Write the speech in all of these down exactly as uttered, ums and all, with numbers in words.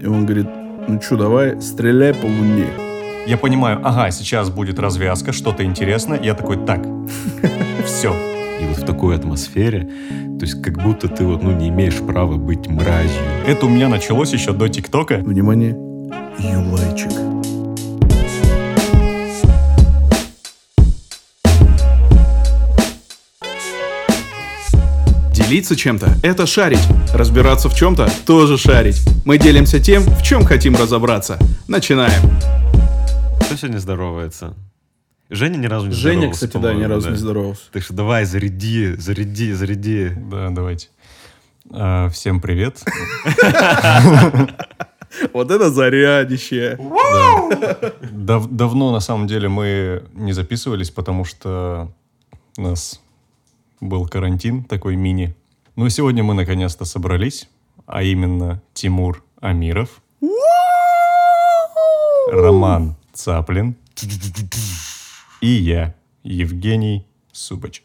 И он говорит, ну что, давай, стреляй по луне. Я понимаю, ага, сейчас будет развязка, что-то интересное. Я такой, так, все. И вот в такой атмосфере, то есть как будто ты вот, ну, не имеешь права быть мразью. Это у меня началось еще до ТикТока. Внимание, Юлайчик. Делиться чем-то – это шарить. Разбираться в чем-то – тоже шарить. Мы делимся тем, в чем хотим разобраться. Начинаем. Кто сегодня здоровается? Женя ни разу не Женя, здоровался, кстати, да, ни разу да. не здоровался. Так что давай, заряди, заряди, заряди. Да, давайте. А, всем привет. Вот это зарядище. Дав- давно, на самом деле, мы не записывались, потому что у нас был карантин такой мини. Но сегодня мы наконец-то собрались, а именно Тимур Амиров, Роман Цаплин и я, Евгений Субачев.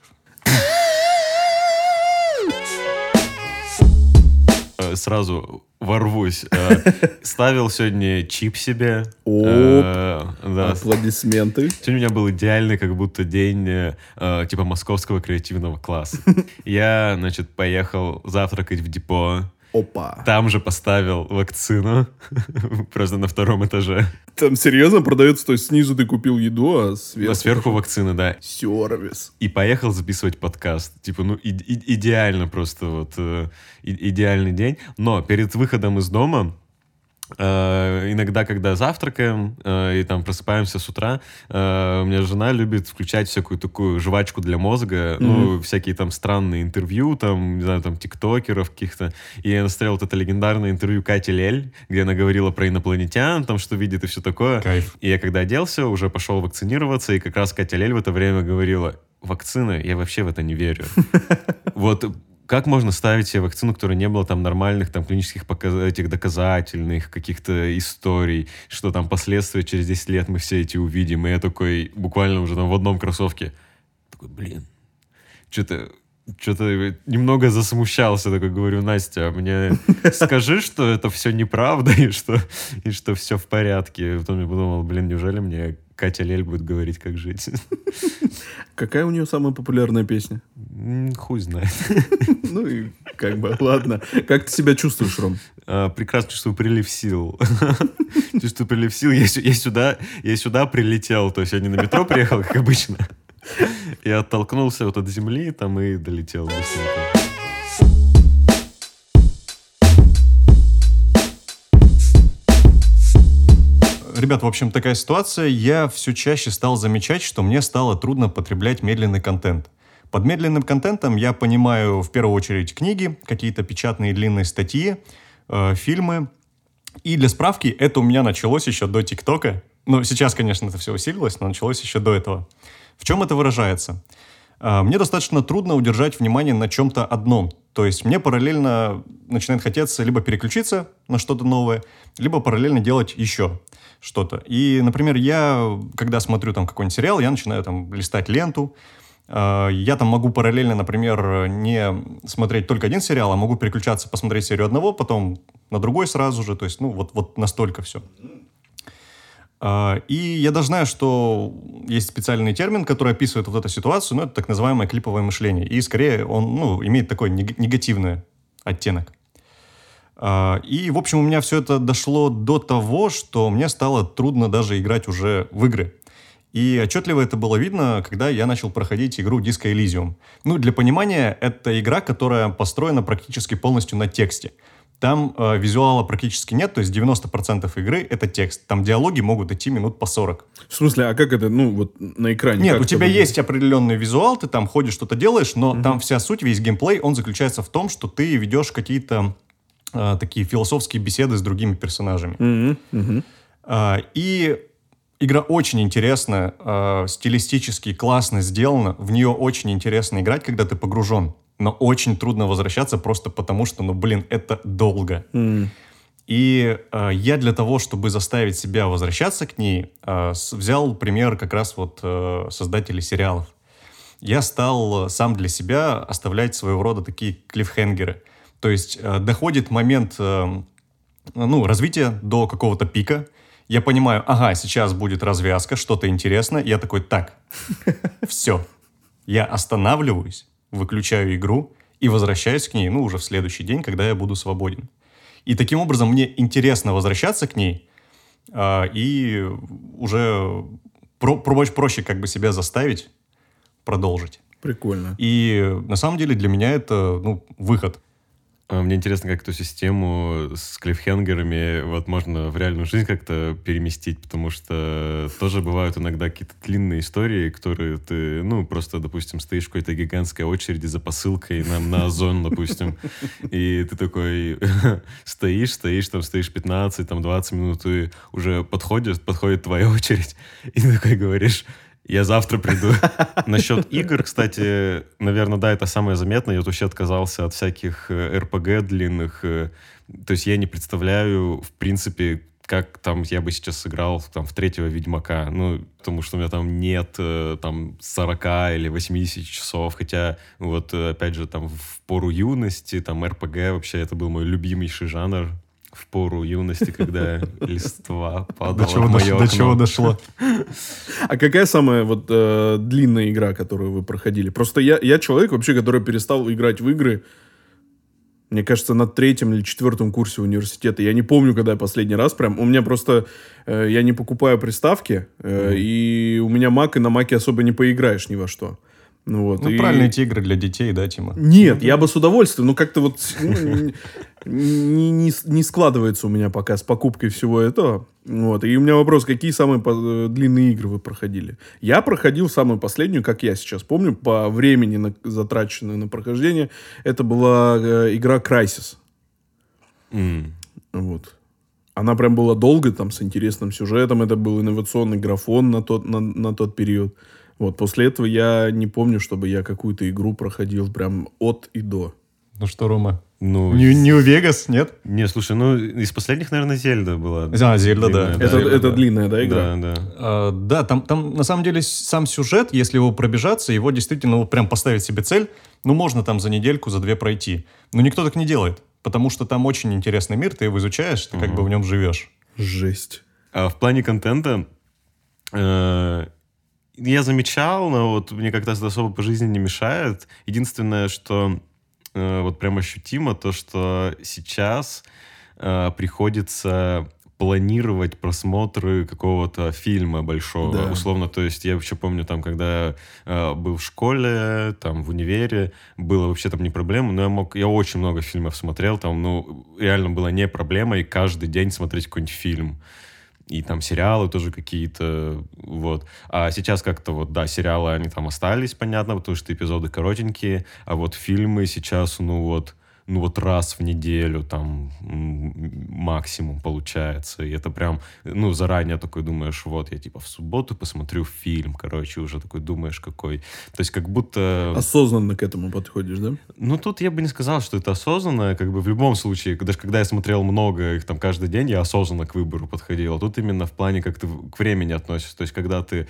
Сразу ворвусь. Ставил сегодня чип себе. Оп. Э, да. Аплодисменты. Сегодня у меня был идеальный как будто день э, типа московского креативного класса. Я, значит, поехал завтракать в депо. Опа. Там же поставил вакцину. Просто на втором этаже. Там серьезно продается, то есть снизу ты купил еду, а сверху... А сверху вакцина, да. Сервис. И поехал записывать подкаст. Типа, ну, и- и- идеально просто вот. Э, и- идеальный день. Но перед выходом из дома, э, иногда, когда завтракаем э, и там просыпаемся с утра, э, у меня жена любит включать всякую такую жвачку для мозга, mm-hmm. ну, всякие там странные интервью, там, не знаю, там, тиктокеров каких-то. И я насмотрел вот это легендарное интервью Кати Лель, где она говорила про инопланетян, там, что видит и все такое. Кайф. И я когда оделся, уже пошел вакцинироваться, и как раз Катя Лель в это время говорила: вакцина, я вообще в это не верю. Вот как можно ставить себе вакцину, которой не было там нормальных там клинических показ... этих доказательных каких-то историй, что там последствия через десять лет мы все эти увидим, и я такой буквально уже там в одном кроссовке такой, блин, что-то что-то немного засмущался, такой говорю: Настя, мне скажи, что это все неправда и что, и что все в порядке. Потом я подумал, блин, неужели мне Катя Лель будет говорить, как жить? Какая у нее самая популярная песня? М, Хуй знает. Ну и как бы, ладно. Как ты себя чувствуешь, Ром? А, прекрасно чувствую прилив сил. Чувствую прилив сил. Я, сю- я сюда, я сюда прилетел. То есть я не на метро приехал, как обычно. Я оттолкнулся вот от земли там и долетел быстренько. Ребят, в общем, такая ситуация. Я все чаще стал замечать, что мне стало трудно потреблять медленный контент. Под медленным контентом я понимаю в первую очередь книги, какие-то печатные длинные статьи, э, фильмы. И для справки, это у меня началось еще до ТикТока. Ну, сейчас, конечно, это все усилилось, но началось еще до этого. В чем это выражается? Э, мне достаточно трудно удержать внимание на чем-то одном. То есть мне параллельно начинает хотеться либо переключиться на что-то новое, либо параллельно делать еще что-то. И, например, я, когда смотрю там какой-нибудь сериал, я начинаю там листать ленту. Я там могу параллельно, например, не смотреть только один сериал, а могу переключаться, посмотреть серию одного, потом на другой сразу же. То есть, ну, вот, вот настолько все. И я даже знаю, что есть специальный термин, который описывает вот эту ситуацию, но это так называемое клиповое мышление. И скорее он, ну, имеет такой негативный оттенок. И, в общем, у меня все это дошло до того, что мне стало трудно даже играть уже в игры. И отчетливо это было видно, когда я начал проходить игру Disco Elysium. Ну, для понимания, это игра, которая построена практически полностью на тексте. Там э, визуала практически нет, то есть девяносто процентов игры — это текст. Там диалоги могут идти минут по сорок. В смысле, а как это, ну, вот на экране? Нет, как у тебя это есть определенный визуал, ты там ходишь, что-то делаешь, но Мгм. там вся суть, весь геймплей, он заключается в том, что ты ведешь какие-то э, такие философские беседы с другими персонажами. Мгм, мгм. А, и игра очень интересная, э, стилистически классно сделана. В нее очень интересно играть, когда ты погружен. Но очень трудно возвращаться просто потому, что, ну, блин, это долго. М. И э, я для того, чтобы заставить себя возвращаться к ней, э, с- взял пример как раз вот э, создателей сериалов. Я стал э, сам для себя оставлять своего рода такие клиффхенгеры. То есть э, доходит момент э, ну, развитие до какого-то пика. Я понимаю, ага, сейчас будет развязка, что-то интересное. Я такой, так, все. Я останавливаюсь, выключаю игру и возвращаюсь к ней, ну, уже в следующий день, когда я буду свободен. И таким образом мне интересно возвращаться к ней, а, и уже про- про- проще как бы себя заставить продолжить. Прикольно. И на самом деле для меня это, ну, выход. Мне интересно, как эту систему с клиффхенгерами вот можно в реальную жизнь как-то переместить, потому что тоже бывают иногда какие-то длинные истории, которые ты, ну, просто, допустим, стоишь в какой-то гигантской очереди за посылкой на, на Озон, допустим, и ты такой стоишь, стоишь, там стоишь пятнадцать, там двадцать минут, и уже подходит, подходит твоя очередь, и ты такой говоришь: я завтра приду. Насчет игр, кстати, наверное, да, это самое заметное. Я вот вообще отказался от всяких эр пи джи длинных. То есть я не представляю, в принципе, как там я бы сейчас сыграл там, в третьего Ведьмака. Ну, потому что у меня там нет там сорок или восемьдесят часов. Хотя, вот, опять же, там в пору юности, там эр пи джи вообще это был мой любимейший жанр. В пору юности, когда листва падала До чего, в мое дош... окно. До чего дошло? А какая самая вот э, длинная игра, которую вы проходили? Просто я, я человек вообще, который перестал играть в игры, мне кажется, на третьем или четвертом курсе университета. Я не помню, когда я последний раз прям... У меня просто... Э, я не покупаю приставки, э, mm. и у меня Mac, и на Mac особо не поиграешь ни во что. Ну, вот, ну и... правильно, эти игры для детей, да, Тима? Нет, я бы с удовольствием, но как-то вот ну, не, не, не складывается у меня пока с покупкой всего этого. Вот. И у меня вопрос, какие самые по- длинные игры вы проходили? Я проходил самую последнюю, как я сейчас помню, по времени, на, затраченную на прохождение. Это была э, игра Crysis. Mm. Вот. Она прям была долго, там, с интересным сюжетом. Это был инновационный графон на тот, на, на тот период. Вот, после этого я не помню, чтобы я какую-то игру проходил прям от и до. Ну что, Рома? Ну, Нью Вегас, нет? Не, слушай, ну, из последних, наверное, Зельда была. А, Зельда, длинная, да. Это, Зельда, это да. длинная, да, игра? Да, да. А, да, там, там на самом деле сам сюжет, если его пробежаться, его действительно вот прям поставить себе цель, ну, можно там за недельку, за две пройти. Но никто так не делает, потому что там очень интересный мир, ты его изучаешь, ты угу. как бы в нем живешь. Жесть. А в плане контента... Э- Я замечал, но вот мне как-то это особо по жизни не мешает. Единственное, что э, вот прям ощутимо, то, что сейчас э, приходится планировать просмотры какого-то фильма большого, да. условно. То есть я вообще помню, там, когда я э, был в школе, там, в универе, было вообще там не проблема, но я мог, я очень много фильмов смотрел, там, ну, реально было не проблема, и каждый день смотреть какой-нибудь фильм. И там сериалы тоже какие-то, вот. А сейчас как-то вот, да, сериалы, они там остались, понятно, потому что эпизоды коротенькие, а вот фильмы сейчас, ну вот, ну вот раз в неделю там максимум получается. И это прям, ну, заранее такой думаешь, вот, я типа в субботу посмотрю фильм, короче, уже такой думаешь, какой. То есть как будто... Осознанно к этому подходишь, да? Ну, тут я бы не сказал, что это осознанно, как бы в любом случае, даже когда я смотрел много их там каждый день, я осознанно к выбору подходил. А тут именно в плане, как ты к времени относишься. То есть когда ты...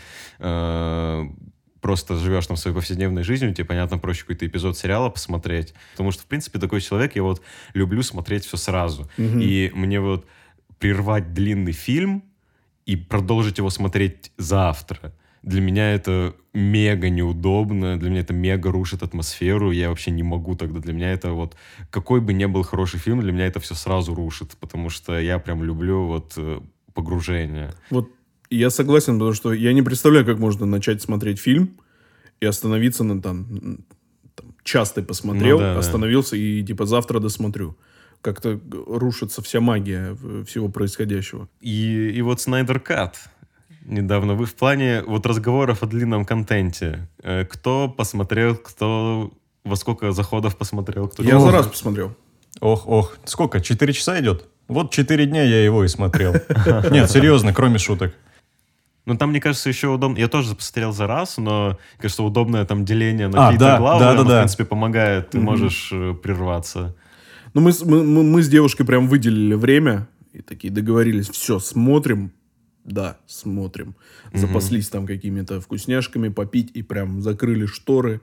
Э- просто живешь там своей повседневной жизнью, тебе, понятно, проще какой-то эпизод сериала посмотреть. Потому что, в принципе, такой человек, я вот люблю смотреть все сразу. Mm-hmm. И мне вот прервать длинный фильм и продолжить его смотреть завтра, для меня это мега неудобно, для меня это мега рушит атмосферу, я вообще не могу тогда. Для меня это вот, какой бы ни был хороший фильм, для меня это все сразу рушит, потому что я прям люблю вот погружение. Вот я согласен, потому что я не представляю, как можно начать смотреть фильм и остановиться на там, там час ты посмотрел, ну, да, остановился да. и типа завтра досмотрю. Как-то рушится вся магия всего происходящего. И, и вот Снайдер Кат недавно. Вы в плане вот разговоров о длинном контенте. Кто посмотрел, кто во сколько заходов посмотрел? Кто я ох. за раз посмотрел. Ох, ох. Сколько? Четыре часа идет? Вот четыре дня я его и смотрел. Нет, серьезно, кроме шуток. Ну, там, мне кажется, еще удобно... Я тоже посмотрел за раз, но, кажется, удобное там деление на а, какие-то да, главы, да, да, оно, да. в принципе, помогает. Ты mm-hmm. можешь э, прерваться. Ну, мы, мы, мы с девушкой прям выделили время и такие договорились. Все, смотрим. Да, смотрим. Mm-hmm. Запаслись там какими-то вкусняшками попить и прям закрыли шторы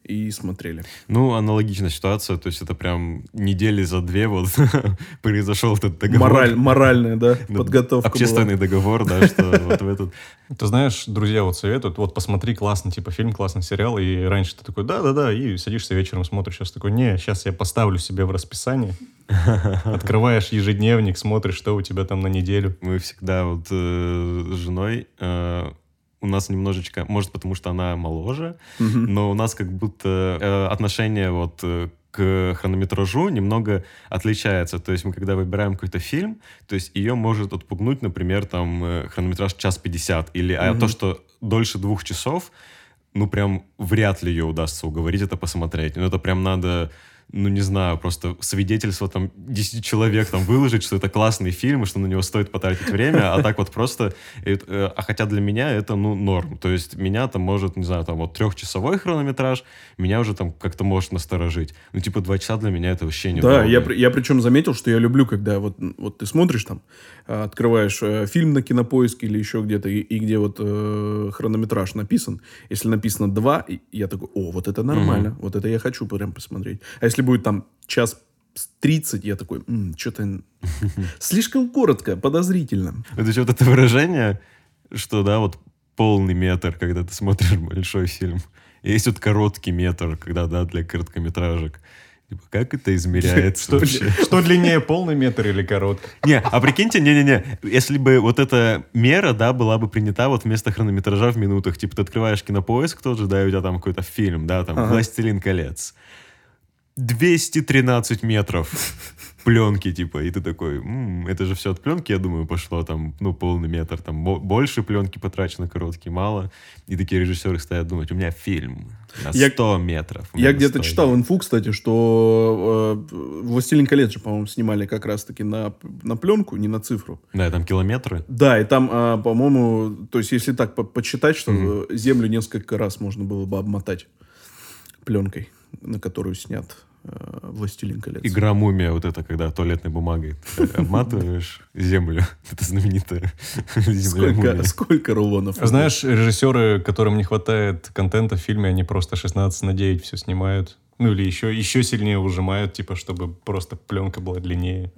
и смотрели. Ну, аналогичная ситуация, то есть это прям недели за две вот произошел этот договор. Мораль, моральная, да, подготовка Общественный была. договор, да, что вот в этот... Ты знаешь, друзья вот советуют, вот посмотри классный типа фильм, классный сериал, и раньше ты такой, да-да-да, и садишься вечером, смотришь, сейчас такой, не, сейчас я поставлю себе в расписание, открываешь ежедневник, смотришь, что у тебя там на неделю. Мы всегда вот э, с женой... Э, у нас немножечко, может, потому что она моложе, Мгм. но у нас как будто э, отношение вот э, к хронометражу немного отличается. То есть мы, когда выбираем какой-то фильм, то есть ее может отпугнуть, например, там э, хронометраж час пятьдесят, или а Мгм. то, что дольше двух часов, ну, прям вряд ли ее удастся уговорить это посмотреть. Ну, это прям надо... ну, не знаю, просто свидетельство там десять человек там выложить, что это классный фильм, и что на него стоит потратить время, а так вот просто... это, э, а хотя для меня это, ну, норм. То есть меня там может, не знаю, там вот трехчасовой хронометраж, меня уже там как-то может насторожить. Ну, типа два часа для меня это вообще не Да, я, при- я причем заметил, что я люблю, когда вот, вот ты смотришь там, а, открываешь э, фильм на Кинопоиске или еще где-то, и, и где вот э, хронометраж написан. Если написано два, и я такой, о, вот это нормально, вот это я хочу прям посмотреть. А если будет там час тридцать, я такой, что-то слишком коротко, подозрительно. Это еще вот это выражение, что, да, вот полный метр, когда ты смотришь большой фильм. И есть вот короткий метр, когда, да, для короткометражек. Типа, как это измеряется Что, вообще? что длиннее, полный метр или короткий? Не, а прикиньте, не-не-не, если бы вот эта мера, да, была бы принята вот вместо хронометража в минутах, типа ты открываешь Кинопоиск тот же, да, и у тебя там какой-то фильм, да, там Ага. «Властелин колец». двести тринадцать метров пленки, типа, и ты такой, «М, это же все от пленки, я думаю, пошло там, ну, полный метр, там мо- больше пленки потрачено, короткий, мало. И такие режиссеры стоят думать, у меня фильм на Я- сто метров. у Я меня на где-то сто читал метров». инфу, кстати, что э, «Властелин колец» же, по-моему, снимали как раз-таки на, на пленку, не на цифру. Да, там километры. Да, и там, а, по-моему, то есть если так по- подсчитать, что Мгм. э, Землю несколько раз можно было бы обмотать пленкой, на которую снят э, «Властелин колец». Игра «Мумия», вот это, когда туалетной бумагой ты обматываешь землю. Это знаменитая земля Сколько, мумии. сколько рулонов? Знаешь, режиссеры, которым не хватает контента в фильме, они просто шестнадцать на девять все снимают. Ну или еще, еще сильнее ужимают, типа, чтобы просто пленка была длиннее.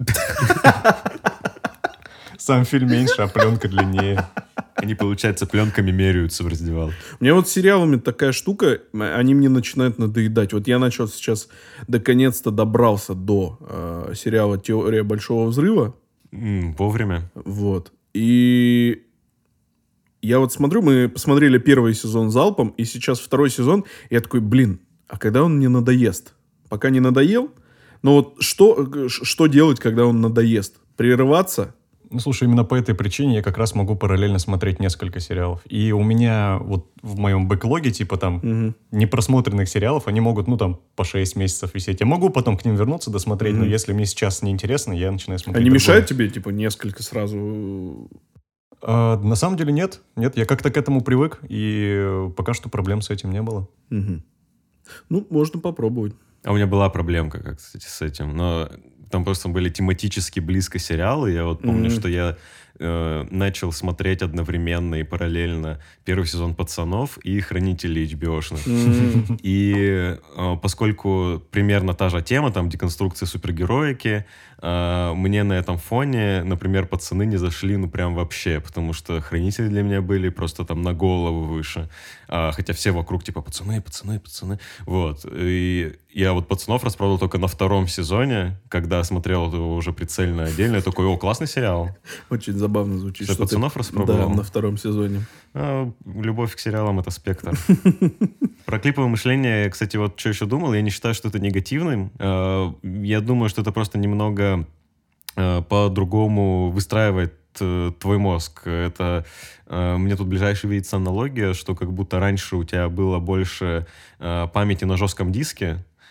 Сам фильм меньше, а пленка длиннее. Они, получается, пленками меряются в раздевалке. У меня вот с сериалами такая штука, они мне начинают надоедать. Вот я начал сейчас, наконец-то добрался до э, сериала «Теория большого взрыва». М, Вовремя. Вот. И я вот смотрю, мы посмотрели первый сезон залпом, и сейчас второй сезон, и я такой, блин, а когда он мне надоест? Пока не надоел? Но вот что, что делать, когда он надоест? Прерываться? Ну, слушай, именно по этой причине я как раз могу параллельно смотреть несколько сериалов. И у меня вот в моем бэклоге, типа там, Мгм. непросмотренных сериалов, они могут, ну, там, по шесть месяцев висеть. Я могу потом к ним вернуться, досмотреть, но Мгм. если мне сейчас неинтересно, я начинаю смотреть Они другое. мешают тебе, типа, несколько сразу? А, на самом деле нет. Нет, я как-то к этому привык, и э, пока что проблем с этим не было. Мгм. Ну, можно попробовать. А у меня была проблемка, как, кстати, с этим. Но там просто были тематически близко сериалы. Я вот помню, Мгм. что я э, начал смотреть одновременно и параллельно первый сезон «Пацанов» и «Хранителей» эйч би о-шных. М. И э, поскольку примерно та же тема, там деконструкция супергероики, э, мне на этом фоне, например, «Пацаны» не зашли ну прям вообще, потому что «Хранители» для меня были просто там на голову выше. А, хотя все вокруг типа «Пацаны, пацаны, пацаны». Вот. И я вот «Пацанов» расправил только на втором сезоне, когда смотрел его уже прицельно отдельно. Я такой, о, классный сериал. Очень забавно звучит. Что, что ты- «Пацанов» Да, распробовал? на втором сезоне. А, любовь к сериалам — это спектр. Про клиповое мышление, кстати, вот что еще думал, я не считаю, что это негативным. А, Я думаю, что это просто немного а, по-другому выстраивает э, твой мозг. Это э, мне тут ближайшая видится аналогия, что как будто раньше у тебя было больше э, памяти на жестком диске,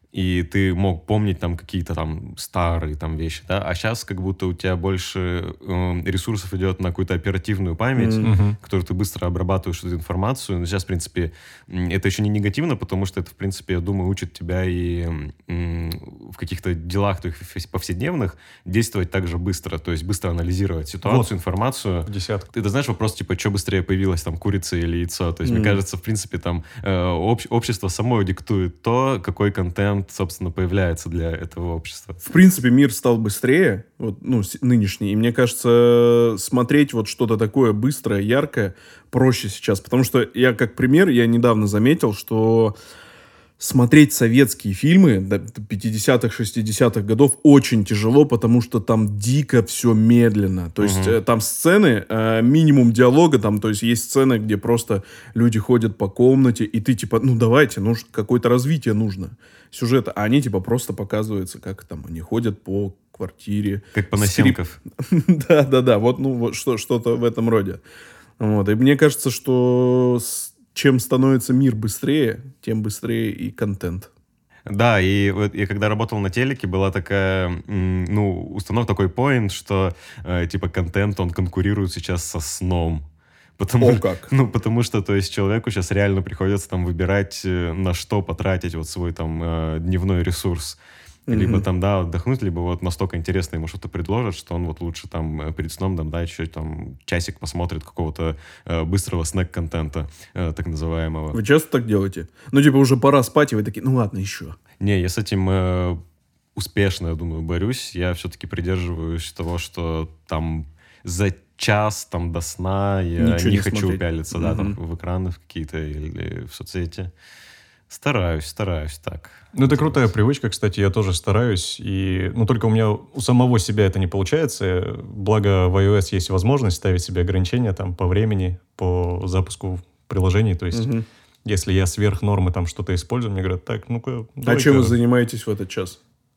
и ты мог помнить там какие-то там старые там вещи, да, а сейчас как будто у тебя больше э, ресурсов идет на какую-то оперативную память, Mm-hmm. которую ты быстро обрабатываешь эту информацию. Но сейчас, в принципе, это еще не негативно, потому что это, в принципе, я думаю, учит тебя и м, в каких-то делах твоих повседневных действовать так же быстро, то есть быстро анализировать ситуацию, вот. Информацию. Десятку. Ты, ты знаешь вопрос, типа, что быстрее появилась, там, курица или яйцо? То есть, mm. мне кажется, в принципе, там, э, об, общество само диктует то, какой контент, собственно, появляется для этого общества. В принципе, мир стал быстрее, вот, ну, нынешний, и мне кажется, смотреть вот что-то такое быстрое, яркое проще сейчас, потому что я, как пример, я недавно заметил, что смотреть советские фильмы пятидесятых, шестидесятых годов очень тяжело, потому что там дико все медленно. То есть uh-huh. там сцены, минимум диалога, там, то есть есть сцены, где просто люди ходят по комнате, и ты типа, ну давайте, ну какое-то развитие нужно сюжета. А они типа просто показываются, как там они ходят по квартире. Как Панасенков. Да-да-да, вот, ну, вот что, что-то в этом роде. Вот. И мне кажется, что чем становится мир быстрее, тем быстрее и контент. Да, и вот я когда работал на телеке, была такая, ну, установка, такой поинт, что э, типа контент, он конкурирует сейчас со сном. Потому, О, как? Ну, потому что, то есть, человеку сейчас реально приходится там выбирать, на что потратить вот свой там э, дневной ресурс. Mm-hmm. Либо там, да, отдохнуть, либо вот настолько интересно ему что-то предложат, что он вот лучше там перед сном, там, да, еще там часик посмотрит какого-то э, быстрого снэк-контента, э, так называемого. Вы часто так делаете? Ну, типа, уже пора спать, и вы такие, ну ладно, еще. Не, я с этим э, успешно, я думаю, борюсь. Я все-таки придерживаюсь того, что там за час там до сна я Ничего не, не хочу смотреть. Пялиться, mm-hmm. да, там в экраны какие-то или в соцсети. Стараюсь, стараюсь так. Ну, это крутая привычка, кстати, я тоже стараюсь. И, ну, только у меня у самого себя это не получается. Благо в iOS есть возможность ставить себе ограничения там по времени, по запуску приложений. То есть, угу. если я сверх нормы там что-то использую, мне говорят, так, ну-ка... А чем вы занимаетесь в этот час?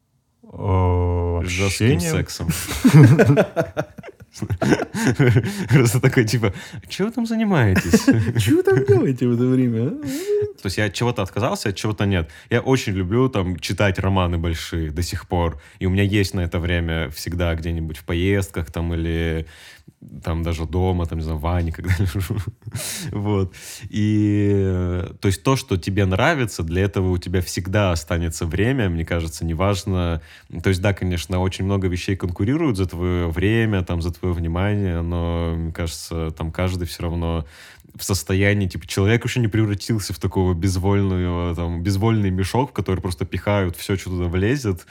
Жестким сексом. Просто такой, типа, чего вы там занимаетесь? Чего вы там делаете в это время? То есть я от чего-то отказался, от чего-то нет. Я очень люблю там читать романы большие до сих пор. И у меня есть на это время всегда где-нибудь в поездках там или там даже дома, там, не знаю, в ванне, когда лежу. Вот. И то есть то, что тебе нравится, для этого у тебя всегда останется время, мне кажется, неважно. То есть да, конечно, очень много вещей конкурируют за твое время, там, за твое внимание, но, мне кажется, там каждый все равно в состоянии, типа, человек еще не превратился в такого безвольного, там, безвольный мешок, в который просто пихают все, что туда влезет,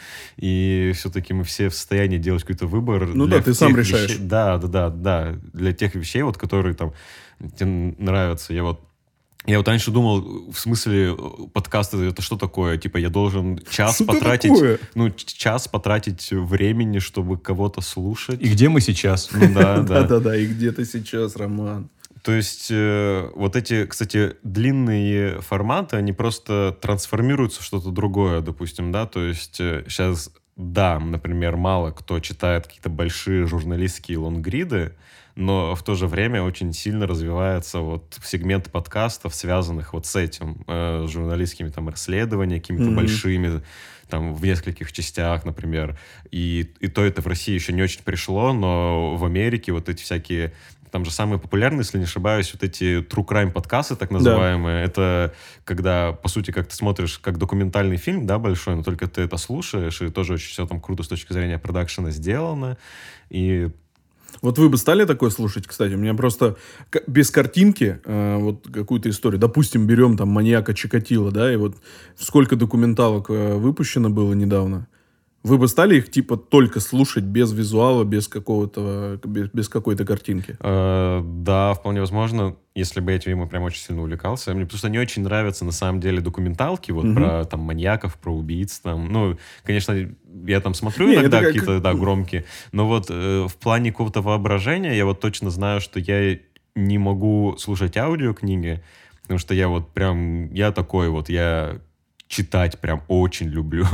и все-таки мы все в состоянии делать какой-то выбор. Ну да, ты сам решаешь. Вещей, да, да, да, да, для тех вещей, вот, которые там тебе нравятся. Я вот Я вот раньше думал, в смысле, подкасты это что такое? Типа я должен час что потратить, такое? ну час потратить времени, чтобы кого-то слушать. И где мы сейчас? Ну да, да, да, да. И где ты сейчас, Роман? То есть э, вот эти, кстати, длинные форматы, они просто трансформируются в что-то другое, допустим, да. То есть э, сейчас, да, например, мало кто читает какие-то большие журналистские лонгриды, но в то же время очень сильно развивается вот сегмент подкастов, связанных вот с этим, э, с журналистскими там расследованиями, какими-то mm-hmm. большими, там, в нескольких частях, например. И, и то это в России еще не очень пришло, но в Америке вот эти всякие... Там же самые популярные, если не ошибаюсь, вот эти true crime подкасты, так называемые. Да. Это когда, по сути, как ты смотришь как документальный фильм, да, большой, но только ты это слушаешь, и тоже очень все там круто с точки зрения продакшена сделано. И... Вот вы бы стали такое слушать, кстати? У меня просто без картинки э, вот какую-то историю. Допустим, берем там маньяка Чикатило, да, и вот сколько документалок э, выпущено было недавно. Вы бы стали их, типа, только слушать без визуала, без какого-то, без, без какой-то картинки? Э, да, вполне возможно, если бы я этим прям очень сильно увлекался. Мне просто не очень нравятся, на самом деле, документалки вот угу. про там маньяков, про убийц. Там. Ну, конечно, я там смотрю не, иногда какие-то, как... да, громкие, но вот э, в плане какого-то воображения я вот точно знаю, что я не могу слушать аудиокниги, потому что я вот прям, я такой вот, я... читать прям очень люблю.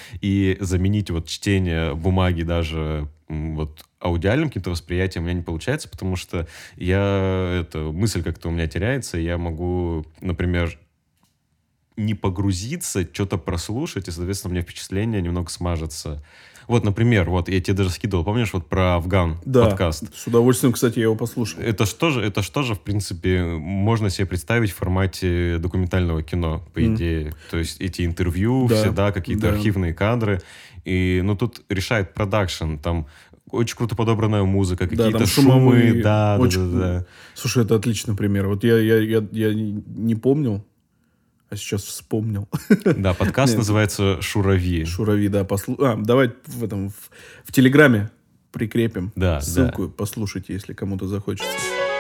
И заменить вот чтение бумаги даже вот аудиальным каким-то восприятием у меня не получается, потому что я, это, мысль как-то у меня теряется, и я могу, например, не погрузиться, что-то прослушать, и, соответственно, у меня впечатление немного смажется. Вот, например, вот я тебе даже скидывал, помнишь, вот про Афган Да, подкаст? с удовольствием, кстати, я его послушал. Это что же, это что же, в принципе, можно себе представить в формате документального кино, по Мгм. идее. То есть эти интервью, Да, все, да, какие-то да. архивные кадры. И, ну, тут решает продакшн, там очень круто подобранная музыка, Да, какие-то там шумы, шумовые, да, да, очень- да, да. Слушай, это отличный пример. Вот я, я, я, я не помнил, а сейчас вспомнил. Да, подкаст Нет. называется «Шурави». Шурави, да, послу... А, давай в этом, в, в Телеграме прикрепим Да, ссылку, послушайте, если кому-то захочется.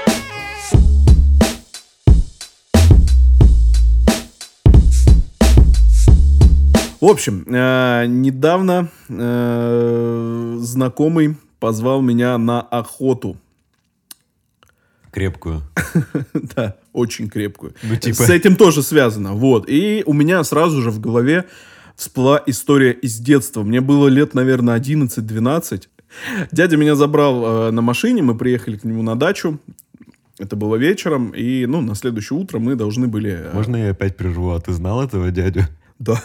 В общем, э, недавно э, знакомый позвал меня на охоту. Крепкую. Да, очень крепкую. Ну, типа- С этим тоже связано. Вот. И у меня сразу же в голове всплыла история из детства. Мне было лет, наверное, одиннадцать-двенадцать. Дядя меня забрал э, на машине, мы приехали к нему на дачу. Это было вечером, и, ну, на следующее утро мы должны были... э, Можно я опять прерву? А ты знал этого дядю? Да.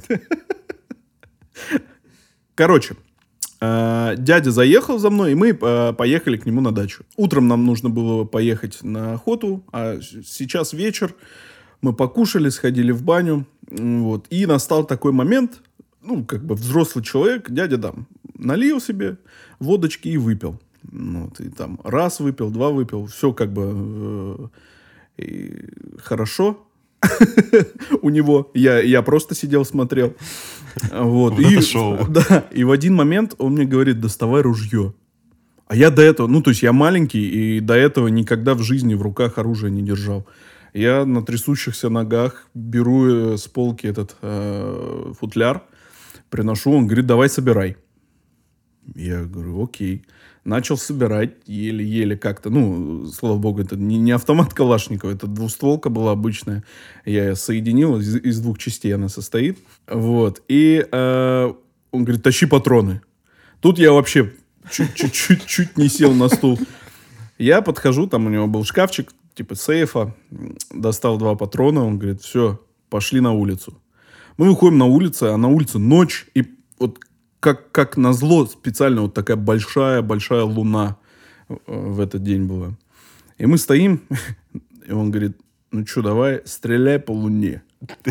Короче, э, дядя заехал за мной, и мы э, поехали к нему на дачу. Утром нам нужно было поехать на охоту, а с- сейчас вечер. Мы покушали, сходили в баню. м, Вот. И настал такой момент, ну, как бы взрослый человек, дядя там налил себе водочки и выпил. Ну, вот, и там раз выпил, два выпил, все как бы э, и хорошо у него. Я, я просто сидел, смотрел. Вот. Вот И, это шоу. да, и в один момент он мне говорит: доставай ружье. А я до этого, ну, то есть я маленький, и до этого никогда в жизни в руках оружие не держал. Я на трясущихся ногах беру э, с полки этот э, футляр, приношу, он говорит: давай собирай. Я говорю: окей. Начал собирать еле-еле как-то. Ну, слава богу, это не, не автомат Калашникова, это двустволка была обычная. Я ее соединил, из, из двух частей она состоит. Вот. И э, он говорит: тащи патроны. Тут я вообще чуть-чуть чуть не сел на стул. Я подхожу, там у него был шкафчик, типа сейфа, достал два патрона, он говорит: все, пошли на улицу. Мы выходим на улицу, а на улице ночь, и вот как, как назло специально вот такая большая-большая луна э, в этот день была. И мы стоим, и он говорит: ну что, давай, стреляй по луне.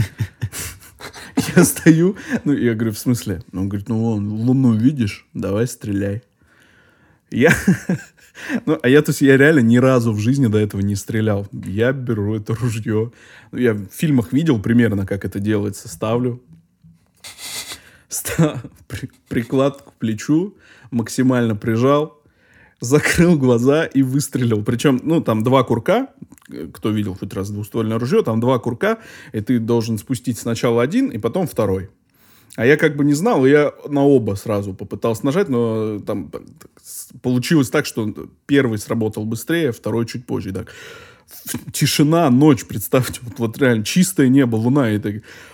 Я стою, ну, я говорю: в смысле? Он говорит: ну, вон, луну видишь, давай стреляй. Я, ну, а я, то есть, я реально ни разу в жизни до этого не стрелял. Я беру это ружье. Ну, я в фильмах видел примерно, как это делается. Ставлю. Ста- при- приклад к плечу, максимально прижал, закрыл глаза и выстрелил. Причем, ну, там два курка, кто видел хоть раз двуствольное ружье, там два курка, и ты должен спустить сначала один, и потом второй. А я как бы не знал, и я на оба сразу попытался нажать, но там получилось так, что первый сработал быстрее, второй чуть позже. Так. Тишина, ночь, представьте, вот, вот реально чистое небо, луна, и так...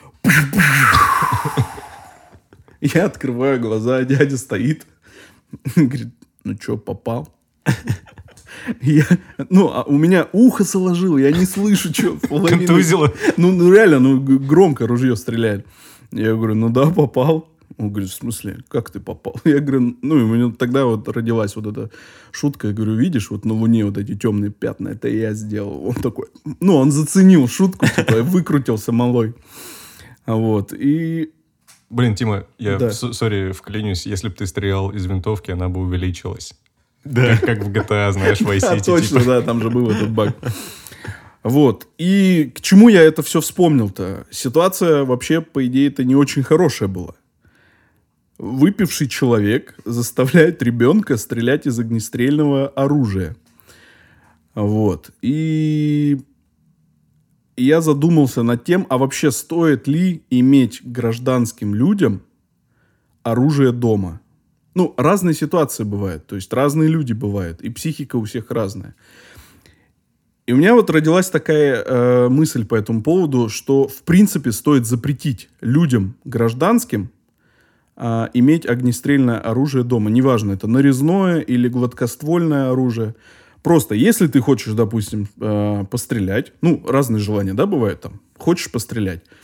Я открываю глаза, дядя стоит, говорит: ну что, попал? Я, ну, а у меня ухо заложило, я не слышу, что половину. Контузило. Ну, ну, реально, ну, г- громко ружье стреляет. Я говорю: ну да, попал. Он говорит: в смысле, как ты попал? Я говорю: ну, и у меня тогда вот родилась вот эта шутка. Я говорю: видишь, вот на Луне вот эти темные пятна, это я сделал. Он такой, ну, он заценил шутку, типа, выкрутился малой. Вот, и... Блин, Тима, я, Да. с- сори, вклинюсь, если бы ты стрелял из винтовки, она бы увеличилась. Да. Как, как в джи ти эй, знаешь, в Vice Да, City. точно, типа. да, там же был этот баг. Вот. И к чему я это все вспомнил-то? Ситуация вообще, по идее-то, не очень хорошая была. Выпивший человек заставляет ребенка стрелять из огнестрельного оружия. Вот. И я задумался над тем, а вообще стоит ли иметь гражданским людям оружие дома? Ну, разные ситуации бывают, то есть разные люди бывают, и психика у всех разная. И у меня вот родилась такая э, мысль по этому поводу, что в принципе стоит запретить людям гражданским э, иметь огнестрельное оружие дома. Неважно, это нарезное или гладкоствольное оружие. Просто если ты хочешь, допустим, э, пострелять, ну, разные желания, да, бывают там, хочешь пострелять,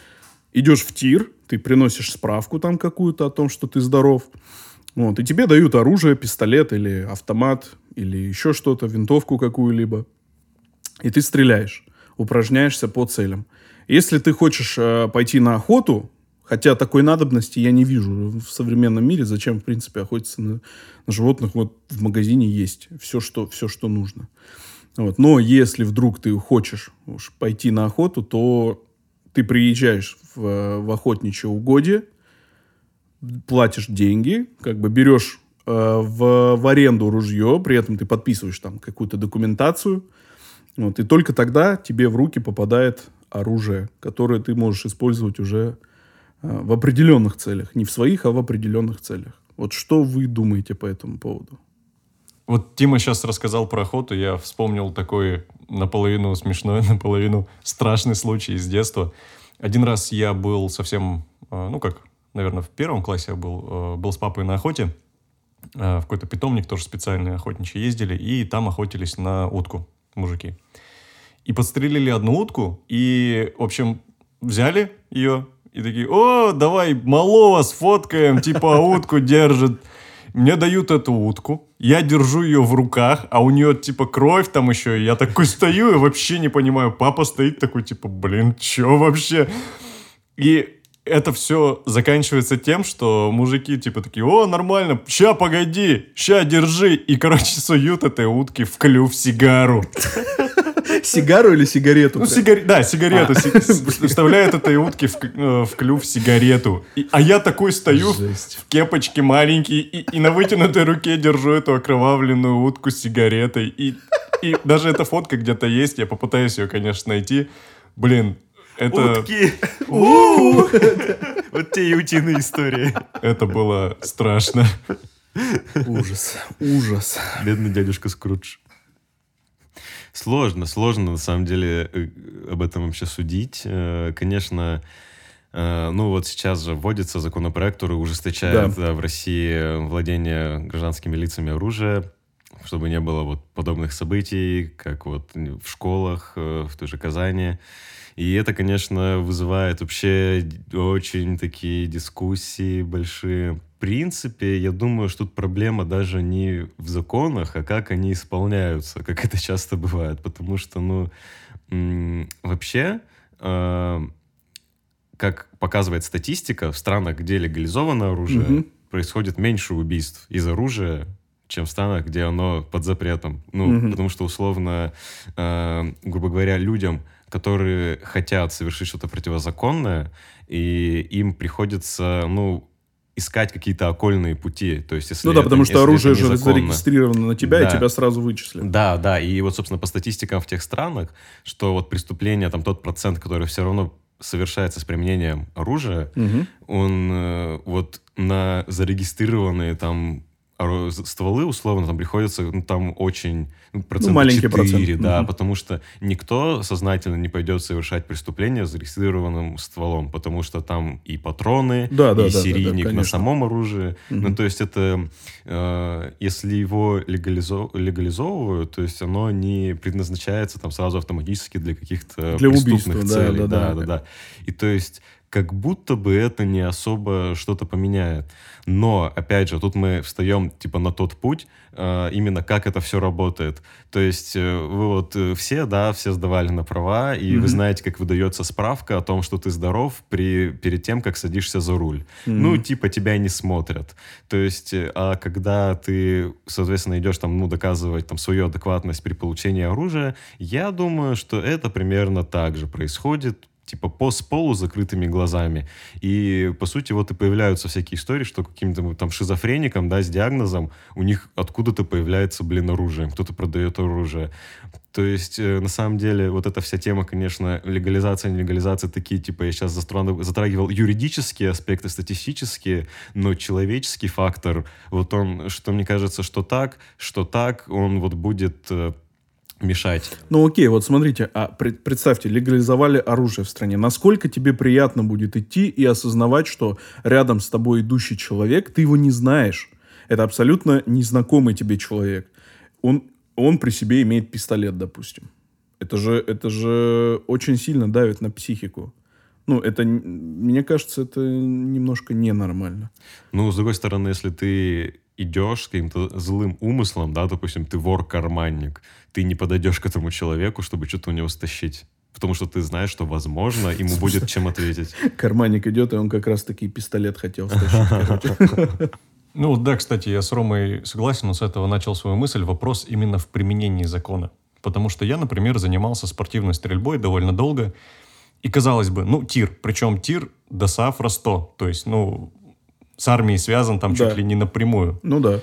идешь в тир, ты приносишь справку там какую-то о том, что ты здоров. Вот, и тебе дают оружие, пистолет или автомат, или еще что-то, винтовку какую-либо. И ты стреляешь, упражняешься по целям. Если ты хочешь э, пойти на охоту, хотя такой надобности я не вижу в современном мире, зачем, в принципе, охотиться на, на животных, вот в магазине есть все, что, все, что нужно. Вот. Но если вдруг ты хочешь уж пойти на охоту, то ты приезжаешь в, в охотничье угодье, платишь деньги, как бы берешь э, в, в аренду ружье, при этом ты подписываешь там какую-то документацию, вот, и только тогда тебе в руки попадает оружие, которое ты можешь использовать уже э, в определенных целях. Не в своих, а в определенных целях. Вот что вы думаете по этому поводу? Вот Тима сейчас рассказал про охоту, я вспомнил такой наполовину смешной, наполовину страшный случай из детства. Один раз я был совсем, ну как, наверное, в первом классе я был, был с папой на охоте, в какой-то питомник, тоже специальный охотничьи ездили, и там охотились на утку мужики. И подстрелили одну утку, и, в общем, взяли ее, и такие: о, давай малого сфоткаем, типа утку держит. Мне дают эту утку, я держу ее в руках, а у нее типа кровь там еще, и я такой стою и вообще не понимаю. Папа стоит такой типа: блин, че вообще? И это все заканчивается тем, что мужики типа такие: о, нормально, ща погоди, ща держи. И, короче, суют этой утке в клюв сигару. Сигару или сигарету? Ну, сигар... Да, сигарету. А. Си... Вставляют этой утке в, в клюв сигарету. И... А я такой стою Жесть. в кепочке маленький и, и на вытянутой руке держу эту окровавленную утку с сигаретой. И, и даже эта фотка где-то есть. Я попытаюсь ее, конечно, найти. Блин, это... Утки! Вот те и утиные истории. Это было страшно. Ужас, ужас. Бедный дядюшка Скрудж. Сложно, сложно на самом деле об этом вообще судить. Конечно, ну вот сейчас же вводится законопроект, который ужесточает да. Да, в России владение гражданскими лицами оружия, чтобы не было вот подобных событий, как вот в школах, в той же Казани. И это, конечно, вызывает вообще очень такие дискуссии большие. В принципе, я думаю, что тут проблема даже не в законах, а как они исполняются, как это часто бывает. Потому что, ну, м- вообще, э- как показывает статистика, в странах, где легализовано оружие, mm-hmm. происходит меньше убийств из оружия, чем в странах, где оно под запретом. Ну, mm-hmm. потому что, условно, э- грубо говоря, людям, которые хотят совершить что-то противозаконное, и им приходится, ну, искать какие-то окольные пути. То есть, если ну да, это, потому что оружие же незаконно... зарегистрировано на тебя, да. и тебя сразу вычислят. Да, да. И вот, собственно, по статистикам в тех странах, что вот преступление, там тот процент, который все равно совершается с применением оружия, угу. он э, вот на зарегистрированные там стволы, условно, там приходится, ну, там очень, ну, процент ну, четыре, процент. да, угу. потому что никто сознательно не пойдет совершать преступление с зарегистрированным стволом, потому что там и патроны, да, да, и да, серийник да, да, на самом оружии. Угу. Ну, то есть это, э, если его легализов... легализовывают, то есть оно не предназначается там сразу автоматически для каких-то для преступных убийства, целей. Да, да, да, да, да. И то есть как будто бы это не особо что-то поменяет. Но, опять же, тут мы встаем типа на тот путь, э, именно как это все работает. То есть э, вы вот э, все, да, все сдавали на права, и mm-hmm. вы знаете, как выдается справка о том, что ты здоров при, перед тем, как садишься за руль. Mm-hmm. Ну, типа тебя не смотрят. То есть, э, а когда ты, соответственно, идешь там, ну, доказывать там свою адекватность при получении оружия, я думаю, что это примерно так же происходит, типа по с полузакрытыми глазами. И, по сути, вот и появляются всякие истории, что каким-то там шизофреникам, да, с диагнозом, у них откуда-то появляется, блин, оружие, кто-то продает оружие. То есть, э, на самом деле, вот эта вся тема, конечно, легализация, нелегализация, такие, типа, я сейчас затрагивал юридические аспекты, статистические, но человеческий фактор, вот он, что мне кажется, что так, что так, он вот будет... Э, мешать. Ну окей, вот смотрите, а пред, представьте, легализовали оружие в стране. Насколько тебе приятно будет идти и осознавать, что рядом с тобой идущий человек, ты его не знаешь. Это абсолютно незнакомый тебе человек. Он, он при себе имеет пистолет, допустим. Это же, это же очень сильно давит на психику. Ну, это, мне кажется, это немножко ненормально. Ну, с другой стороны, если ты идешь с каким-то злым умыслом, да, допустим, ты вор-карманник, ты не подойдешь к этому человеку, чтобы что-то у него стащить. Потому что ты знаешь, что, возможно, ему будет чем ответить. Карманник идет, и он как раз-таки пистолет хотел стащить. Ну да, кстати, я с Ромой согласен, но с этого начал свою мысль. Вопрос именно в применении закона. Потому что я, например, занимался спортивной стрельбой довольно долго. И, казалось бы, ну, тир. Причем тир ДОСААФ Росто. То есть, ну, с армией связан там Да. чуть ли не напрямую. Ну да.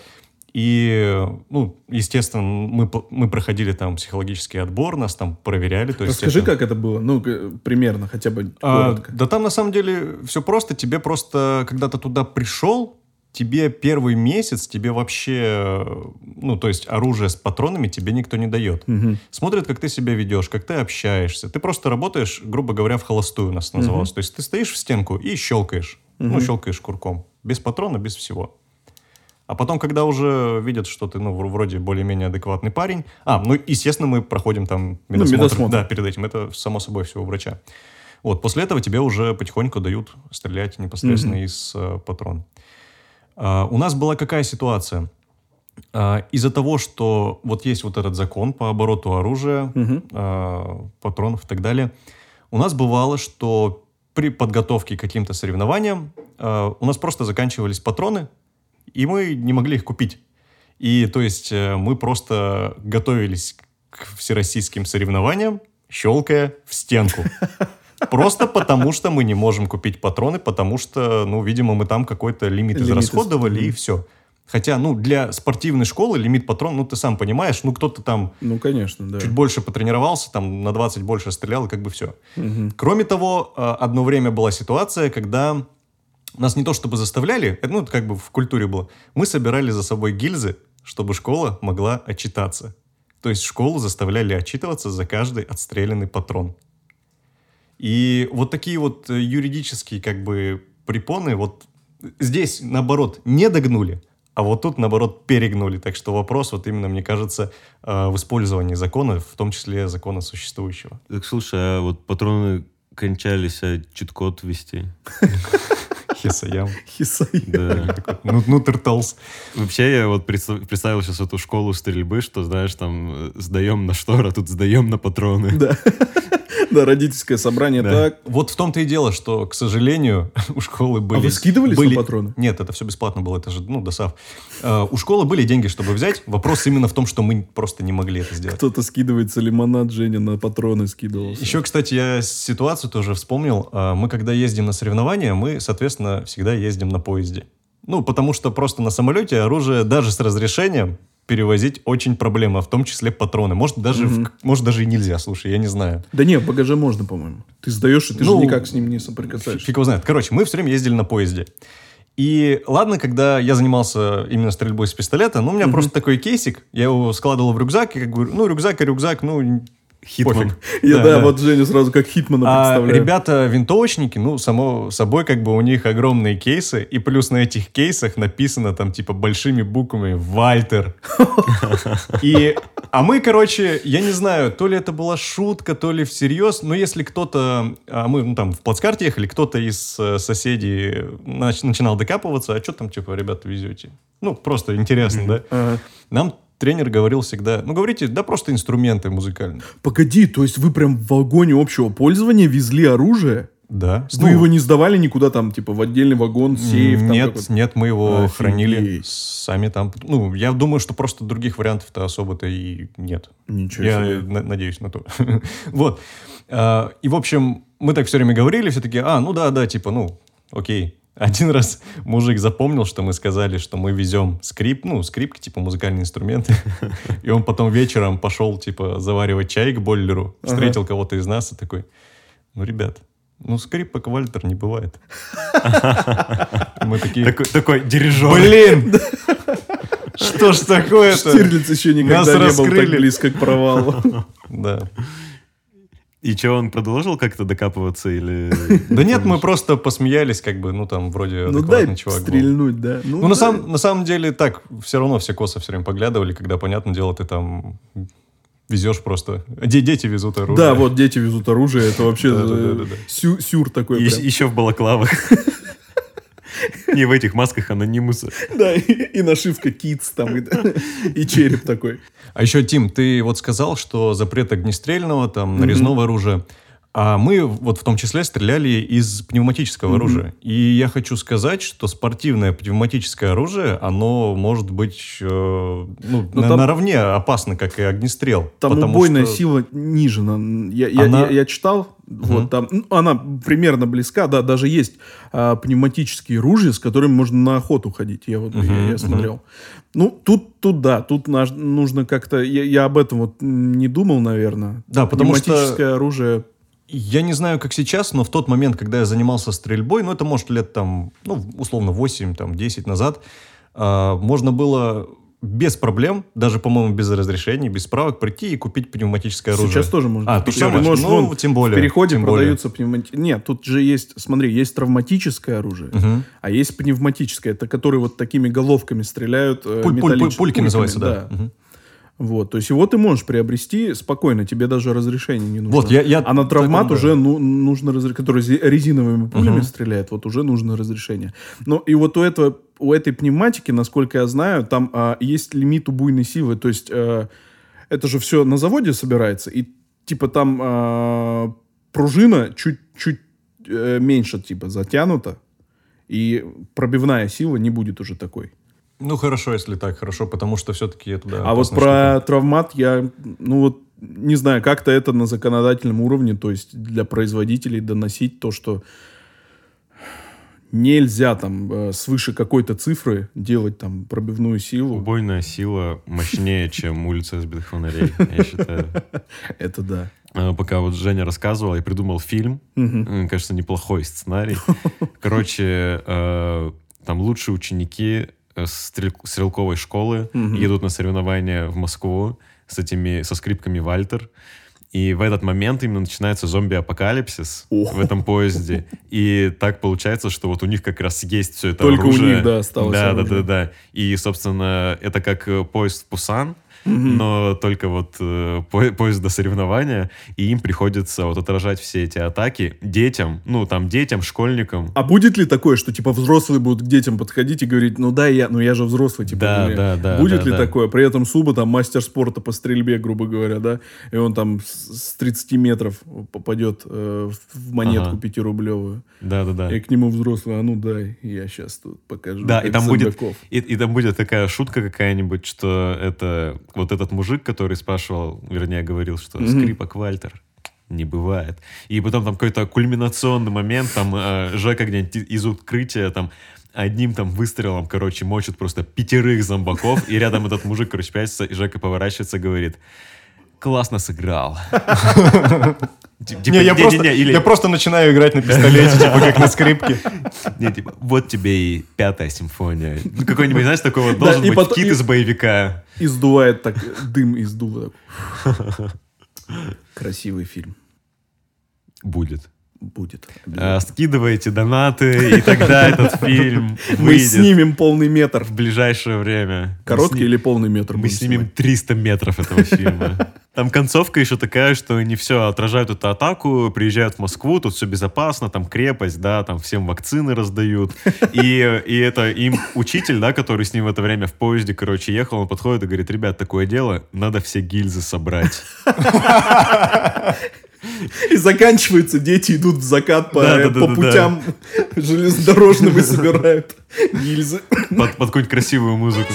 И, ну, естественно, мы, мы проходили там психологический отбор, нас там проверяли. То есть Расскажи, это... как это было. Ну, к- примерно, хотя бы А, коротко. да там на самом деле все просто. Тебе просто, когда ты туда пришел, тебе первый месяц, тебе вообще, ну, то есть оружие с патронами тебе никто не дает. Мгм. Смотрят, как ты себя ведешь, как ты общаешься. Ты просто работаешь, грубо говоря, в холостую у нас называлось. То есть ты стоишь в стенку и щелкаешь. Ну, щелкаешь курком. Без патрона, без всего. А потом, когда уже видят, что ты, ну, вр- вроде более-менее адекватный парень... А, ну, естественно, мы проходим там медосмотр. медосмотр. Да, перед этим. Это, само собой, все у врача. Вот, после этого тебе уже потихоньку дают стрелять непосредственно из э, патрона. А, у нас была какая ситуация? А, из-за того, что вот есть вот этот закон по обороту оружия, Мгм. а, патронов и так далее, у нас бывало, что при подготовке к каким-то соревнованиям а, у нас просто заканчивались патроны, и мы не могли их купить. И то есть э, мы просто готовились к всероссийским соревнованиям, щелкая в стенку. Просто потому, что мы не можем купить патроны, потому что, ну, видимо, мы там какой-то лимит Лимит израсходовали, из- и все. Хотя, ну, для спортивной школы лимит патрон, ну, ты сам понимаешь, ну, кто-то там Ну, конечно, да. чуть больше потренировался, там на двадцать больше стрелял, и как бы все. Мгм. Кроме того, э, одно время была ситуация, когда нас не то чтобы заставляли, это, ну, это как бы в культуре было, мы собирали за собой гильзы, чтобы школа могла отчитаться. То есть школу заставляли отчитываться за каждый отстрелянный патрон. И вот такие вот э, юридические как бы препоны, вот здесь, наоборот, не догнули, а вот тут, наоборот, перегнули. Так что вопрос, вот именно, мне кажется, э, в использовании закона, в том числе закона существующего. Так, слушай, а вот патроны кончались, а чит-код ввести? Хисаям. Хисаям. Да. Ну, ну, Turtles. Вообще, я вот представ- представил сейчас эту школу стрельбы, что, знаешь, там, э, сдаем на штор, а тут сдаем на патроны. Да. Да, родительское собрание. Да. Так. Вот в том-то и дело, что, к сожалению, у школы были... А вы скидывались были- на патроны? Нет, это все бесплатно было, это же, ну, ДОСААФ. Э, у школы были деньги, чтобы взять. Вопрос именно в том, что мы просто не могли это сделать. Кто-то скидывается, лимонад Женя на патроны скидывался. Еще, кстати, я ситуацию тоже вспомнил. А, Мы, когда ездим на соревнования, мы, соответственно, всегда ездим на поезде. Ну, потому что просто на самолете оружие, даже с разрешением, перевозить очень проблема, в том числе патроны. Может, даже, в- может, даже и нельзя, слушай, я не знаю. Да не, в багаже можно, по-моему. Ты сдаешь, и ты Ну, же никак с ним не соприкасаешься. Фиг его знает. Короче, мы все время ездили на поезде. И ладно, когда я занимался именно стрельбой с пистолета, ну, у меня просто такой кейсик, я его складывал в рюкзак, и как говорю, ну, рюкзак и рюкзак, ну, Хитман. пофиг. Я, Да, да, да. вот Женю сразу как Хитмана А представляю. ребята-винтовочники, ну, само собой, как бы у них огромные кейсы, и плюс на этих кейсах написано там, типа, большими буквами «Вальтер». И, а мы, короче, я не знаю, то ли это была шутка, то ли всерьез, но если кто-то, а мы, ну, там, в плацкарте ехали, кто-то из э, соседей нач- начинал докапываться, а что там, типа, ребята, везете? Ну, просто интересно, да? Ага. Нам тренер говорил всегда, ну, говорите, да просто инструменты музыкальные. Погоди, то есть вы прям в вагоне общего пользования везли оружие? Да. Вы его не сдавали никуда там, типа, в отдельный вагон, сейф? там Нет, какой-то? нет, мы его Офигеть. хранили сами там. Ну, я думаю, что просто других вариантов-то особо-то и нет. Ничего Я себе. на- надеюсь на то. Вот. А, И, в общем, мы так все время говорили, все таки, а, ну да, да, типа, ну, окей. Один раз мужик запомнил, что мы сказали, что мы везем скрип, ну, скрипки, типа музыкальные инструменты. И он потом вечером пошел, типа, заваривать чай к бойлеру, встретил кого-то из нас и такой, ну, ребят, ну, скрипок Вальтер не бывает. И мы такие, Такой, такой дирижер. блин, что ж такое-то? Штирлиц еще никогда Нас не был раскрыли. так близко к провалу. Да. И что, он продолжил как-то докапываться или... Да нет, мы просто посмеялись, как бы, ну, там, вроде Ну дай адекватный чувак был. стрельнуть, да. Ну, да. на, самом, на самом деле, так, все равно все косы все время поглядывали, когда, понятное дело, ты там везешь просто. Де- дети везут оружие. Да, вот дети везут оружие, это вообще Да, да, э, да, да, да. сю- сюр такой. И- прям. Еще в балаклавах. Не в этих масках анонимуса. Да, и, и нашивка Kids там, и, и череп такой. А еще, Тим, ты вот сказал, что запрет огнестрельного, там, Мгм. нарезного оружия. А мы вот в том числе стреляли из пневматического Мгм. оружия. И я хочу сказать, что спортивное пневматическое оружие, оно может быть э, ну, Ну, на- там- наравне опасно, как и огнестрел. Там потому убойная что- сила ниже. на- Я, я, Она- я, я читал, вот там, ну, она примерно близка, да, даже есть а, пневматические ружья, с которыми можно на охоту ходить. Я вот я- Мгм, я, мгм. смотрел. Ну, тут, тут да, тут наш- нужно как-то. Я, я об этом вот не думал, наверное. Да, потому что- Пневматическое оружие. Я не знаю, как сейчас, но в тот момент, когда я занимался стрельбой, ну, это, может, лет там, ну, условно, восемь, там, десять назад, а, можно было без проблем, даже, по-моему, без разрешений, без справок, прийти и купить пневматическое оружие. Сейчас тоже можно. А, купить. тут всё Ты можно. можешь, Ну, вон, тем более. в переходе тем более. продаются пневматические. Нет, тут же есть, смотри, есть травматическое оружие, Мгм. а есть пневматическое. Это которые вот такими головками стреляют. э, Пуль- пуль- пуль- металлическими- пульки пульками, называются, да. Мгм. Вот, то есть его ты можешь приобрести спокойно, тебе даже разрешение не нужно. Вот, я- я а на травмат так, да. уже ну, нужно разрешение, который зе- резиновыми пулями Мгм. стреляет, вот уже нужно разрешение. Ну и вот у этого, у этой пневматики, насколько я знаю, там а, есть лимит убойной силы, то есть а, это же все на заводе собирается, и типа там а, пружина чуть-чуть э, меньше типа затянута, и пробивная сила не будет уже такой. Ну, хорошо, если так, хорошо, потому что все-таки это, да, А вот опасная про штука. травмат я, ну вот, не знаю, как-то это на законодательном уровне, то есть для производителей доносить то, что нельзя там э, свыше какой-то цифры делать там пробивную силу. Убойная сила мощнее, чем улица избитых фонарей, я считаю. Это да. А, Пока вот Женя рассказывал, я придумал фильм. Мгм. М, Кажется, неплохой сценарий. Короче, э, там лучшие ученики э, стрел- стрелковой школы Мгм. едут на соревнования в Москву с этими, со скрипками Вальтер. И в этот момент именно начинается зомби-апокалипсис Ох. в этом поезде. И так получается, что вот у них как раз есть все это Только у оружие. них, да, осталось Да, да, оружие. да, да. И, собственно, это как э, поезд в Пусан, Мгм. но только вот э, по- поезд до соревнования, и им приходится вот отражать все эти атаки детям, ну, там, детям, школьникам. А будет ли такое, что типа взрослые будут к детям подходить и говорить, ну да, я, ну я же взрослый, типа, Да, ну, я- да, да, будет да, ли да. такое? При этом Суба там мастер спорта по стрельбе, грубо говоря, да, и он там с с тридцати метров попадет э, в- в монетку Ага. пятирублевую, Да-да-да. и к нему взрослый, а ну дай, я сейчас тут покажу. Да, как и там будет, зомбаков». и, и там будет такая шутка какая-нибудь, что это вот этот мужик, который спрашивал, вернее, говорил, что Мгм. скрипок Вальтер не бывает. И потом там какой-то кульминационный момент, там э, Жека где-нибудь из укрытия там одним там выстрелом, короче, мочит просто пятерых зомбаков, и рядом этот мужик, короче, пятится, и Жека поворачивается и говорит: классно сыграл. Типа, Не, я, просто, не-не-не, или- я просто начинаю играть на пистолете, типа как на скрипке. Не, типа, вот тебе и пятая симфония. Ну, какой-нибудь, знаешь, такой вот Да, должен и быть потом- кит и- из боевика. И сдувает так, дым из дула. Красивый фильм Будет. будет. А, скидывайте донаты, и тогда этот фильм Мы выйдет снимем полный метр. в ближайшее время. Короткий Мы сни- или полный метр? Мы будем снимем снимать? триста метров этого фильма. Там концовка еще такая, что не все отражают эту атаку, приезжают в Москву, тут все безопасно, там крепость, да, там всем вакцины раздают. И, и это им учитель, да, который с ним в это время в поезде, короче, ехал, он подходит и говорит: ребят, такое дело, надо все гильзы собрать. И заканчивается, дети идут в закат по, Да, да, да, по да, путям железнодорожным и собирают гильзы. Под, под какую-нибудь красивую музыку.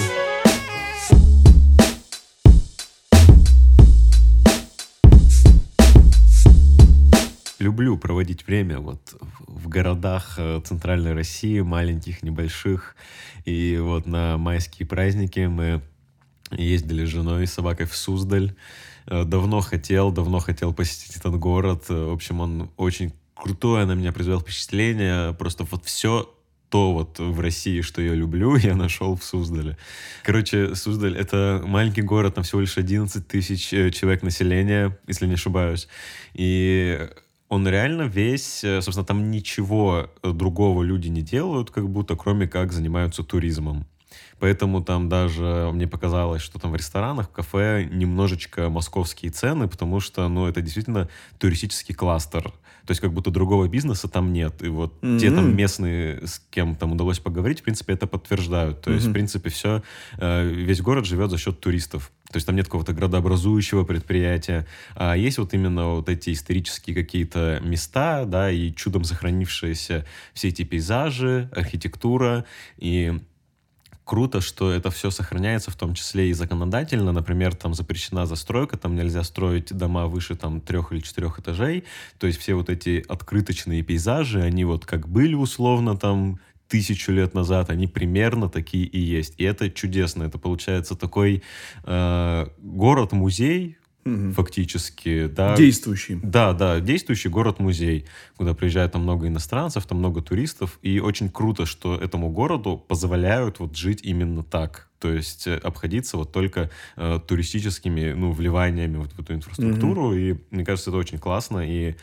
Люблю проводить время вот в в городах э, центральной России, маленьких, небольших. И вот на майские праздники мы ездили с женой и собакой в Суздаль. Э, Давно хотел, давно хотел посетить этот город. Э, В общем, он очень крутой, на меня произвел впечатление. Просто вот все то вот в России, что я люблю, я нашел в Суздале. Короче, Суздаль — это маленький город, там всего лишь одиннадцать тысяч э, человек населения, если не ошибаюсь. И он реально весь, э, собственно, там ничего э, другого люди не делают, как будто, кроме как занимаются туризмом. Поэтому там даже мне показалось, что там в ресторанах, в кафе немножечко московские цены, потому что, ну, это действительно туристический кластер. То есть как будто другого бизнеса там нет. И вот mm-hmm. те там местные, с кем там удалось поговорить, в принципе, это подтверждают. То mm-hmm. есть, в принципе, все, весь город живет за счет туристов. То есть там нет какого-то градообразующего предприятия. А есть вот именно вот эти исторические какие-то места, да, и чудом сохранившиеся все эти пейзажи, архитектура. И круто, что это все сохраняется, в том числе и законодательно. Например, там запрещена застройка, там нельзя строить дома выше там трех или четырех этажей. То есть все вот эти открыточные пейзажи, они вот как были условно там тысячу лет назад, они примерно такие и есть. И это чудесно. Это получается такой э, город-музей, угу. фактически. Да. Действующий. Да, да, действующий город-музей, куда приезжает там много иностранцев, там много туристов. И очень круто, что этому городу позволяют вот жить именно так. То есть обходиться вот только э, туристическими, ну, вливаниями вот в эту инфраструктуру. Mm-hmm. И мне кажется, это очень классно. И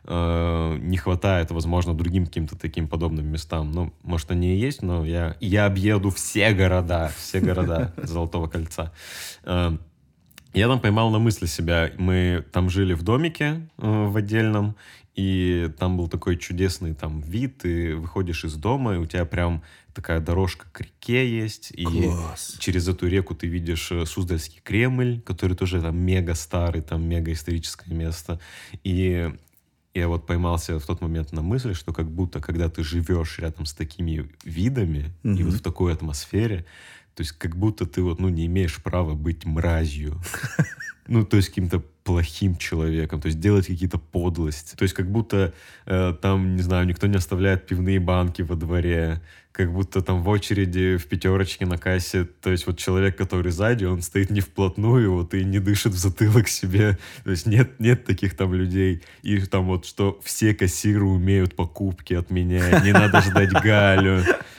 э, не хватает, возможно, другим каким-то таким подобным местам. Ну, может, они и есть, но я, я объеду все города, все города Золотого кольца. Э, я там поймал на мысли себя. Мы там жили в домике э, в отдельном. И там был такой чудесный там вид, ты выходишь из дома, и у тебя прям такая дорожка к реке есть, и Класс. Через эту реку ты видишь Суздальский Кремль, который тоже там мега старый, там мега историческое место. И я вот поймался в тот момент на мысли, что как будто, когда ты живешь рядом с такими видами, mm-hmm. и вот в такой атмосфере, то есть как будто ты вот, ну, не имеешь права быть мразью. Ну, то есть каким-то плохим человеком, то есть делать какие-то подлости. То есть как будто э, там, не знаю, никто не оставляет пивные банки во дворе, как будто там в очереди в пятерочке на кассе, то есть вот человек, который сзади, он стоит не вплотную вот и не дышит в затылок себе. То есть нет, нет таких там людей. И там вот, что все кассиры умеют покупки отменять, не надо ждать Галю.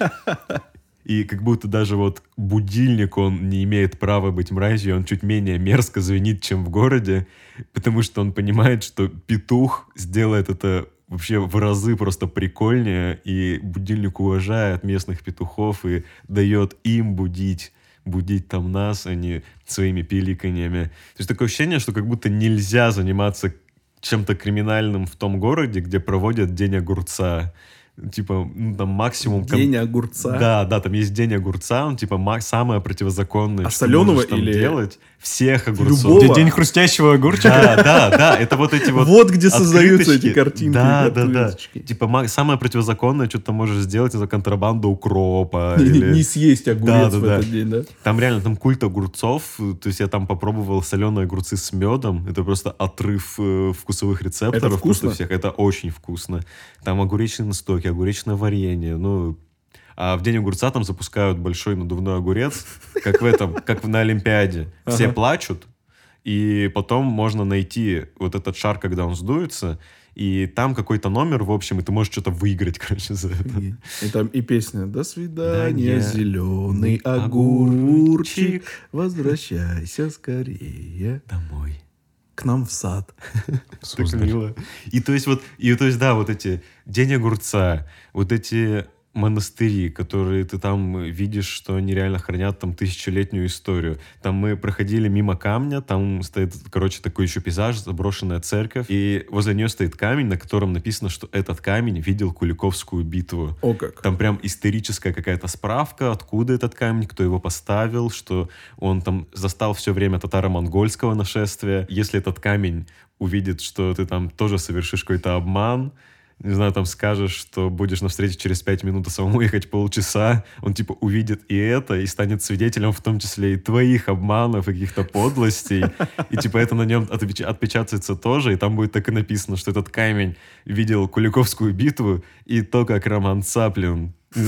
И как будто даже вот будильник, он не имеет права быть мразью, он чуть менее мерзко звенит, чем в городе, потому что он понимает, что петух сделает это вообще в разы просто прикольнее, и будильник уважает местных петухов и дает им будить, будить там нас, а не своими пиликаньями. То есть такое ощущение, что как будто нельзя заниматься чем-то криминальным в том городе, где проводят День огурца. Типа, ну, там максимум... День огурца? Да, да, там есть День огурца, он типа мак... самое противозаконное, а что соленого можешь там или... делать. Всех огурцов. Любого? День хрустящего огурчика? Да, да, да, это вот эти вот Вот где создаются открыточки. эти картинки. Да, да, да. Типа мак... самое противозаконное, что ты можешь сделать, это контрабанду укропа. Не, или... не съесть огурец да, да, в да. этот день, да? Там реально там культ огурцов. То есть я там попробовал соленые огурцы с медом. Это просто отрыв э, вкусовых рецепторов. Это вкусно? Всех. Это очень вкусно. Там огуречные настоки, огуречное варенье. Ну, а в День огурца там запускают большой надувной огурец, как в этом, как на Олимпиаде. Все Ага. плачут, и потом можно найти вот этот шар, когда он сдуется, и там какой-то номер, в общем, и ты можешь что-то выиграть, короче, за это. И, и там и песня «До свидания, Да, зеленый огурчик, возвращайся скорее Домой. к нам в сад». Так мило. И то есть вот, и то есть, да, вот эти День огурца, вот эти монастыри, которые ты там видишь, что они реально хранят там тысячелетнюю историю. Там мы проходили мимо камня, там стоит, короче, такой еще пейзаж, заброшенная церковь, и возле нее стоит камень, на котором написано, что этот камень видел Куликовскую битву. О как. Там прям историческая какая-то справка, откуда этот камень, кто его поставил, что он там застал все время татаро-монгольского нашествия. Если этот камень увидит, что ты там тоже совершишь какой-то обман, не знаю, там скажешь, что будешь на встрече через пять минут, а самому ехать полчаса, он типа увидит и это, и станет свидетелем в том числе и твоих обманов, и каких-то подлостей, и типа это на нем отпеч- отпечатается тоже, и там будет так и написано, что этот камень видел Куликовскую битву, и то, как Роман Цаплин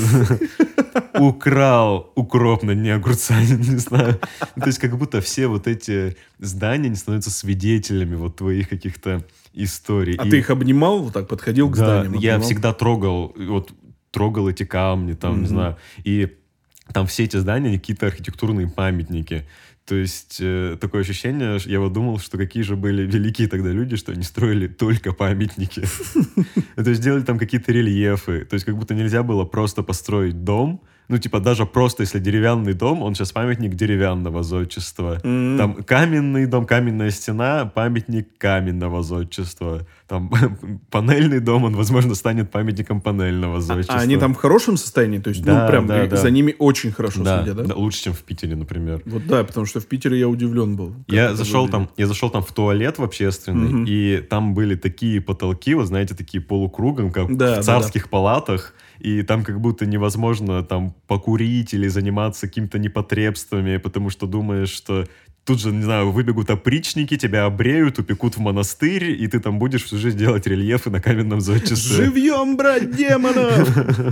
украл укроп на дне огурца, не знаю. То есть как будто все вот эти здания не становятся свидетелями вот твоих каких-то историй. А И... ты их обнимал, вот так подходил к Да, зданиям? я обнимал? всегда трогал, вот трогал эти камни, там, mm-hmm. не знаю. И там все эти здания, они какие-то архитектурные памятники. То есть э, такое ощущение, я вот думал, что какие же были великие тогда люди, что они строили только памятники. То есть делали там какие-то рельефы. То есть как будто нельзя было просто построить дом, Ну, типа, даже просто если деревянный дом, он сейчас памятник деревянного зодчества. М. Там каменный дом, каменная стена, памятник каменного зодчества. Там панельный дом, он, возможно, станет памятником панельного А, зодчества. а они там в хорошем состоянии? То есть, Да, ну, прям да, э, да. за ними очень хорошо Да, следят, да? да, лучше, чем в Питере, например. Вот да, потому что в Питере я удивлен был. как Я это зашел выглядит. там, я зашел там в туалет в общественный, Мгм. и там были такие потолки, вот знаете, такие полукругом, как Да, да, в царских палатах, и там как будто невозможно там покурить или заниматься какими-то непотребствами, потому что думаешь, что тут же, не знаю, выбегут опричники, тебя обреют, упекут в монастырь, и ты там будешь всю жизнь делать рельефы на каменном зодчестве. Живьем, брать демонов!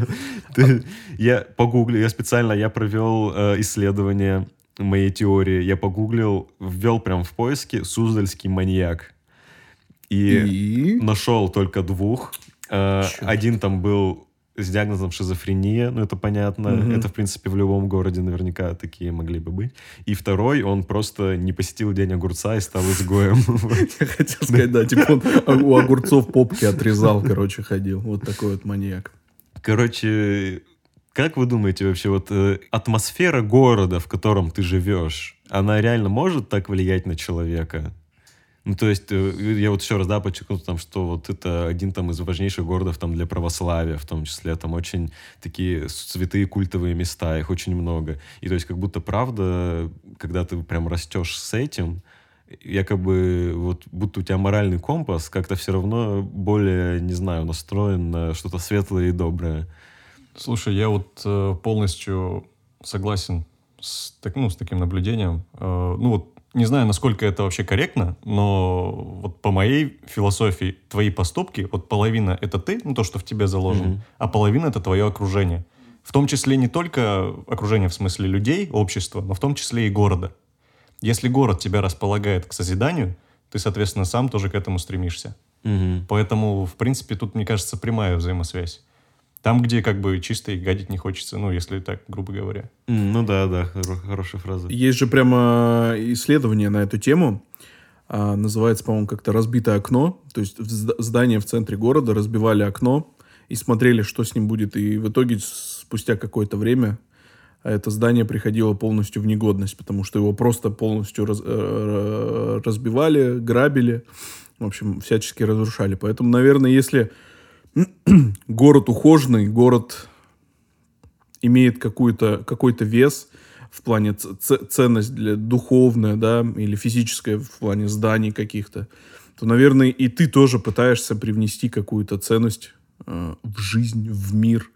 Ты- Я погуглил, я специально, я провел э, исследование моей теории, я погуглил, ввел прям в поиске «Суздальский маньяк». И И? нашел только двух. Э, Чёрт. Один там был с диагнозом шизофрения, ну это понятно, Мгм. это в принципе в любом городе наверняка такие могли бы быть. И второй, он просто не посетил день огурца и стал изгоем. Я хотел сказать, да, типа он у огурцов попки отрезал, короче, ходил. Вот такой вот маньяк. Короче, как вы думаете вообще, вот э, атмосфера города, в котором ты живешь, она реально может так влиять на человека? Ну, то есть, э, я вот еще раз, да, подчеркну, там, что вот это один там из важнейших городов там для православия, в том числе, там очень такие святые культовые места, их очень много. И то есть, как будто правда, когда ты прям растешь с этим, якобы вот будто у тебя моральный компас как-то все равно более, не знаю, настроен на что-то светлое и доброе. Слушай, я вот э, полностью согласен с, так, ну, с таким наблюдением. Э, ну вот, не знаю, насколько это вообще корректно, но вот по моей философии твои поступки, вот половина — это ты, ну то, что в тебе заложено, Мгм. а половина — это твое окружение. В том числе не только окружение в смысле людей, общества, но в том числе и города. Если город тебя располагает к созиданию, ты, соответственно, сам тоже к этому стремишься. Мгм. Поэтому, в принципе, тут, мне кажется, прямая взаимосвязь. Там, где как бы чисто и гадить не хочется, ну, если так, грубо говоря. М, Ну да, да, хоро- хорошая фраза. Есть же прямо исследование на эту тему. А, называется, по-моему, как-то «Разбитое окно». То есть в зда- здание в центре города разбивали окно и смотрели, что с ним будет. И в итоге спустя какое-то время это здание приходило полностью в негодность, потому что его просто полностью раз- э, разбивали, грабили, в общем, всячески разрушали. Поэтому, наверное, если город ухоженный, город имеет какую-то, какой-то вес в плане ц- ц- ценность для духовная, да, или физическая в плане зданий каких-то, то, наверное, и ты тоже пытаешься привнести какую-то ценность э, в жизнь, в мир,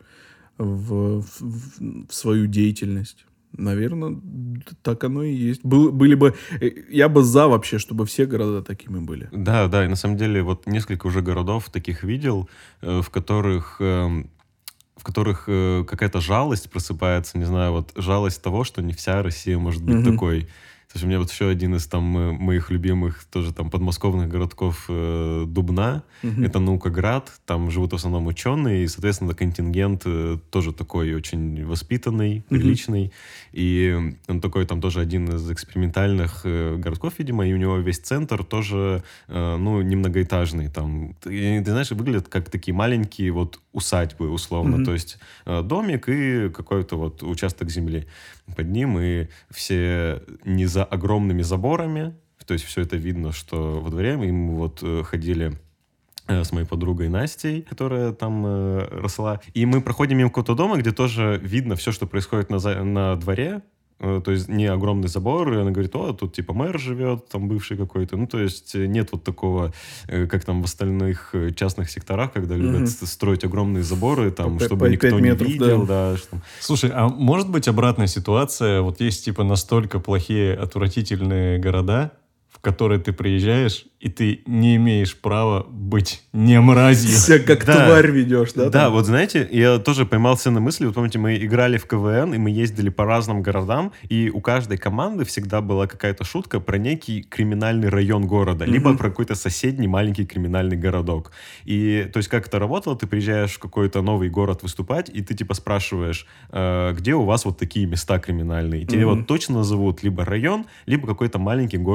в, в- в- в свою деятельность. Наверное, так оно и есть. Был- были бы, э, я бы за вообще, чтобы все города такими были. Да, да, и на самом деле вот несколько уже городов таких видел, э, в которых, эм, в которых э, какая-то жалость просыпается, не знаю, вот жалость того, что не вся Россия может быть Мгм. такой. То есть у меня вот еще один из там э, моих любимых тоже там подмосковных городков э, Дубна, Мгм. это Наукоград, там живут в основном ученые, и, соответственно, контингент э, тоже такой очень воспитанный, приличный, и он такой там тоже один из экспериментальных э, городков, видимо, и у него весь центр тоже, э, ну, немногоэтажный, там, ты, ты знаешь, выглядят как такие маленькие вот усадьбы, условно, Мгм. то есть э, домик и какой-то вот участок земли под ним, и все не за огромными заборами, то есть все это видно, что во дворе мы вот э, ходили э, с моей подругой Настей, которая там э, росла, и мы проходим мимо какого-то дома, где тоже видно все, что происходит на, за- на дворе, э, то есть не огромный забор, и она говорит, о, тут типа мэр живет, там бывший какой-то, ну то есть э, нет вот такого, э, как там в остальных э, частных секторах, когда любят Мгм. с- строить огромные заборы, там, По пя- чтобы по никто пять не метров, видел, да. да, что там. Слушай, а может быть обратная ситуация? Вот есть типа настолько плохие, отвратительные города, в которые ты приезжаешь, и ты не имеешь права быть не мразью. Себя как Да. тварь ведешь, да? Да, там? вот знаете, я тоже поймался на мысли, вот помните, мы играли в КВН, и мы ездили по разным городам, и у каждой команды всегда была какая-то шутка про некий криминальный район города, Мгм. либо про какой-то соседний маленький криминальный городок. И, то есть, как это работало, ты приезжаешь в какой-то новый город выступать, и ты типа спрашиваешь, э, где у вас вот такие места криминальные. И тебе Мгм. вот точно назовут либо район, либо какой-то маленький город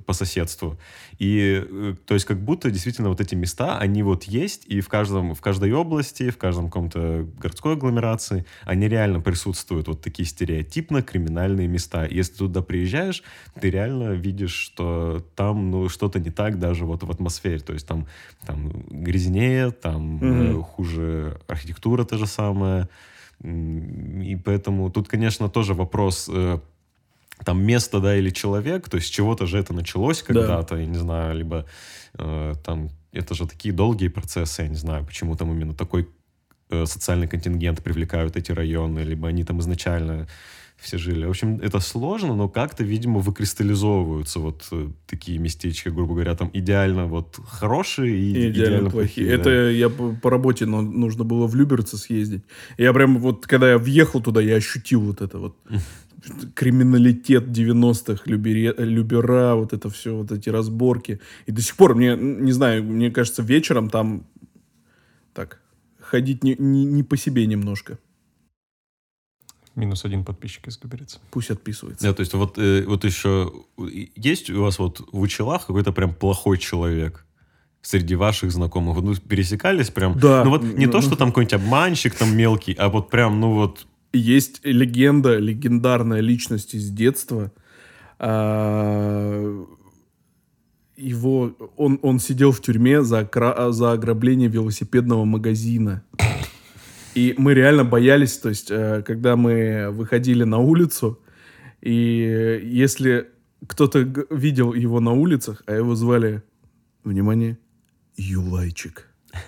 по соседству. И, э, то есть, как будто действительно вот эти места, они вот есть, и в, каждом, в каждой области, в каждом каком-то городской агломерации они реально присутствуют, вот такие стереотипно-криминальные места. И если ты туда приезжаешь, ты реально видишь, что там, ну, что-то не так даже вот в атмосфере. То есть там, там грязнее, там mm-hmm. э, хуже архитектура та же самая. И поэтому тут, конечно, тоже вопрос... Э, там место, да, или человек, то есть с чего-то же это началось когда-то, да. Я не знаю, либо э, там, это же такие долгие процессы, я не знаю, почему там именно такой э, социальный контингент привлекают эти районы, либо они там изначально все жили. В общем, это сложно, но как-то, видимо, выкристаллизовываются вот э, такие местечки, грубо говоря, там идеально вот хорошие и, и идеально, идеально плохие. плохие. Это да. я по, по работе, но нужно было в Люберцы съездить. Я прям вот, когда я въехал туда, я ощутил вот это вот криминалитет девяностых, любере, любера, вот это все, вот эти разборки. И до сих пор, мне, не знаю, мне кажется, вечером там так, ходить не, не, не по себе немножко. Минус один подписчик из Люберец. Пусть отписывается. Да, то есть вот, э, вот еще есть у вас вот в Учелах какой-то прям плохой человек среди ваших знакомых? Ну, пересекались прям? Да. Ну вот не ну, то, что там какой-нибудь обманщик там мелкий, а вот прям, ну вот... Есть легенда, легендарная личность из детства. Его, он, он сидел в тюрьме за, за ограбление велосипедного магазина. И мы реально боялись, то есть, когда мы выходили на улицу, и если кто-то видел его на улицах, а его звали, внимание, Юлайчик.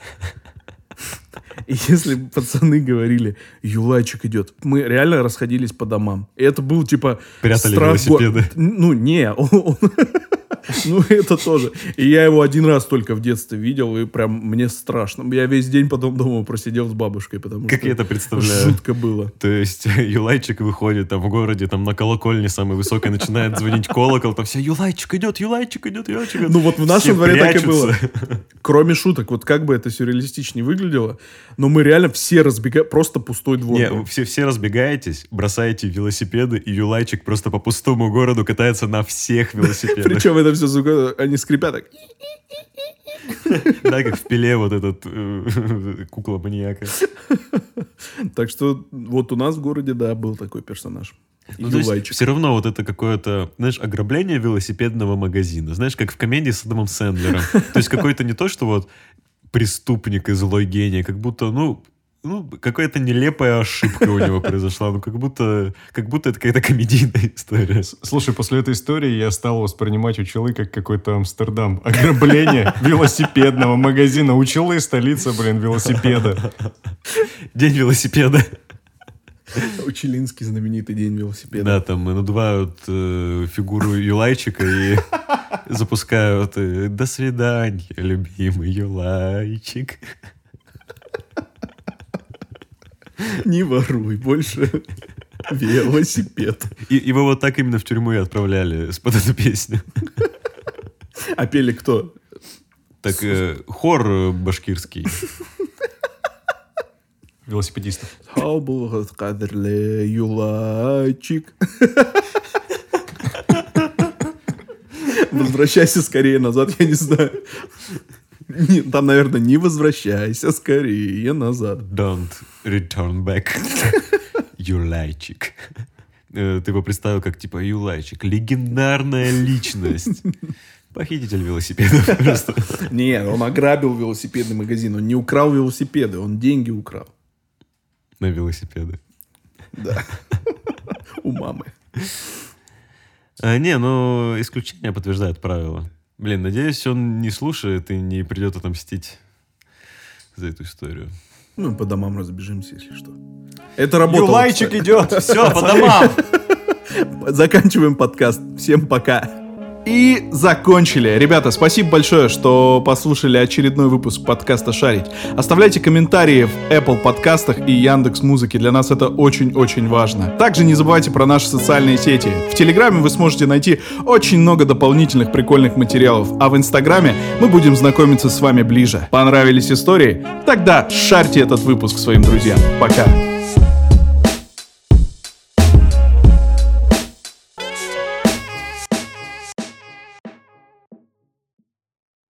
И если пацаны говорили, Юлайчик идет, мы реально расходились по домам. И это был типа... Прятали страх... велосипеды. Ну, не, он, он... Ну, это тоже. И я его один раз только в детстве видел, и прям мне страшно. Я весь день потом дома просидел с бабушкой, потому как что я это представляю. Жутко было. То есть Юлайчик выходит там в городе, там на колокольне самой высокой начинает звонить колокол, там все, Юлайчик идет, Юлайчик идет, Юлайчик идет. Ну, вот в нашем Все дворе прячутся. так и было. Кроме шуток, вот как бы это сюрреалистичнее выглядело, но мы реально все разбегаем, просто пустой двор. Не, все, все разбегаетесь, бросаете велосипеды, и Юлайчик просто по пустому городу катается на всех велосипедах. Причем это все, сука, они скрипят так. Да, как в Пеле вот этот кукла-маньяка. Так что вот у нас в городе, да, был такой персонаж. Ну, то есть, все равно вот это какое-то, знаешь, ограбление велосипедного магазина. Знаешь, как в комедии с Адамом Сэндлером. То есть какой-то не то, что вот преступник и злой гений, как будто, ну, ну, какая-то нелепая ошибка у него произошла. Ну, как будто, как будто это какая-то комедийная история. Слушай, после этой истории я стал воспринимать Учелы как какой-то Амстердам. Ограбление велосипедного магазина. Учелы — столица, блин, велосипеда. День велосипеда. Учелинский знаменитый день велосипеда. Да, там надувают э, фигуру Юлайчика и запускают э, «До свидания, любимый Юлайчик». Не воруй больше велосипед. И его вот так именно в тюрьму и отправляли под эту песню. А пели кто? Так э, хор башкирский. Велосипедистов. Юлайчик. Возвращайся скорее назад, я не знаю. Не, там, наверное, не возвращайся скорее назад. Don't return back. Юлайчик. Ты его представил как типа Юлайчик. Легендарная личность. Похититель велосипедов просто. Не, он ограбил велосипедный магазин. Он не украл велосипеды, он деньги украл. На велосипеды. Да. У мамы. А, не, ну, исключения подтверждают правила. Блин, надеюсь, он не слушает и не придет отомстить за эту историю. Ну, по домам разбежимся, если что. Это работало. Юлайчик кстати. идет. Все, по домам. Заканчиваем подкаст. Всем пока. И закончили. Ребята, спасибо большое, что послушали очередной выпуск подкаста «Шарить». Оставляйте комментарии в Apple подкастах и Яндекс.Музыке. Для нас это очень-очень важно. Также не забывайте про наши социальные сети. В Телеграме вы сможете найти очень много дополнительных прикольных материалов, а в Инстаграме мы будем знакомиться с вами ближе. Понравились истории? Тогда шарьте этот выпуск своим друзьям. Пока.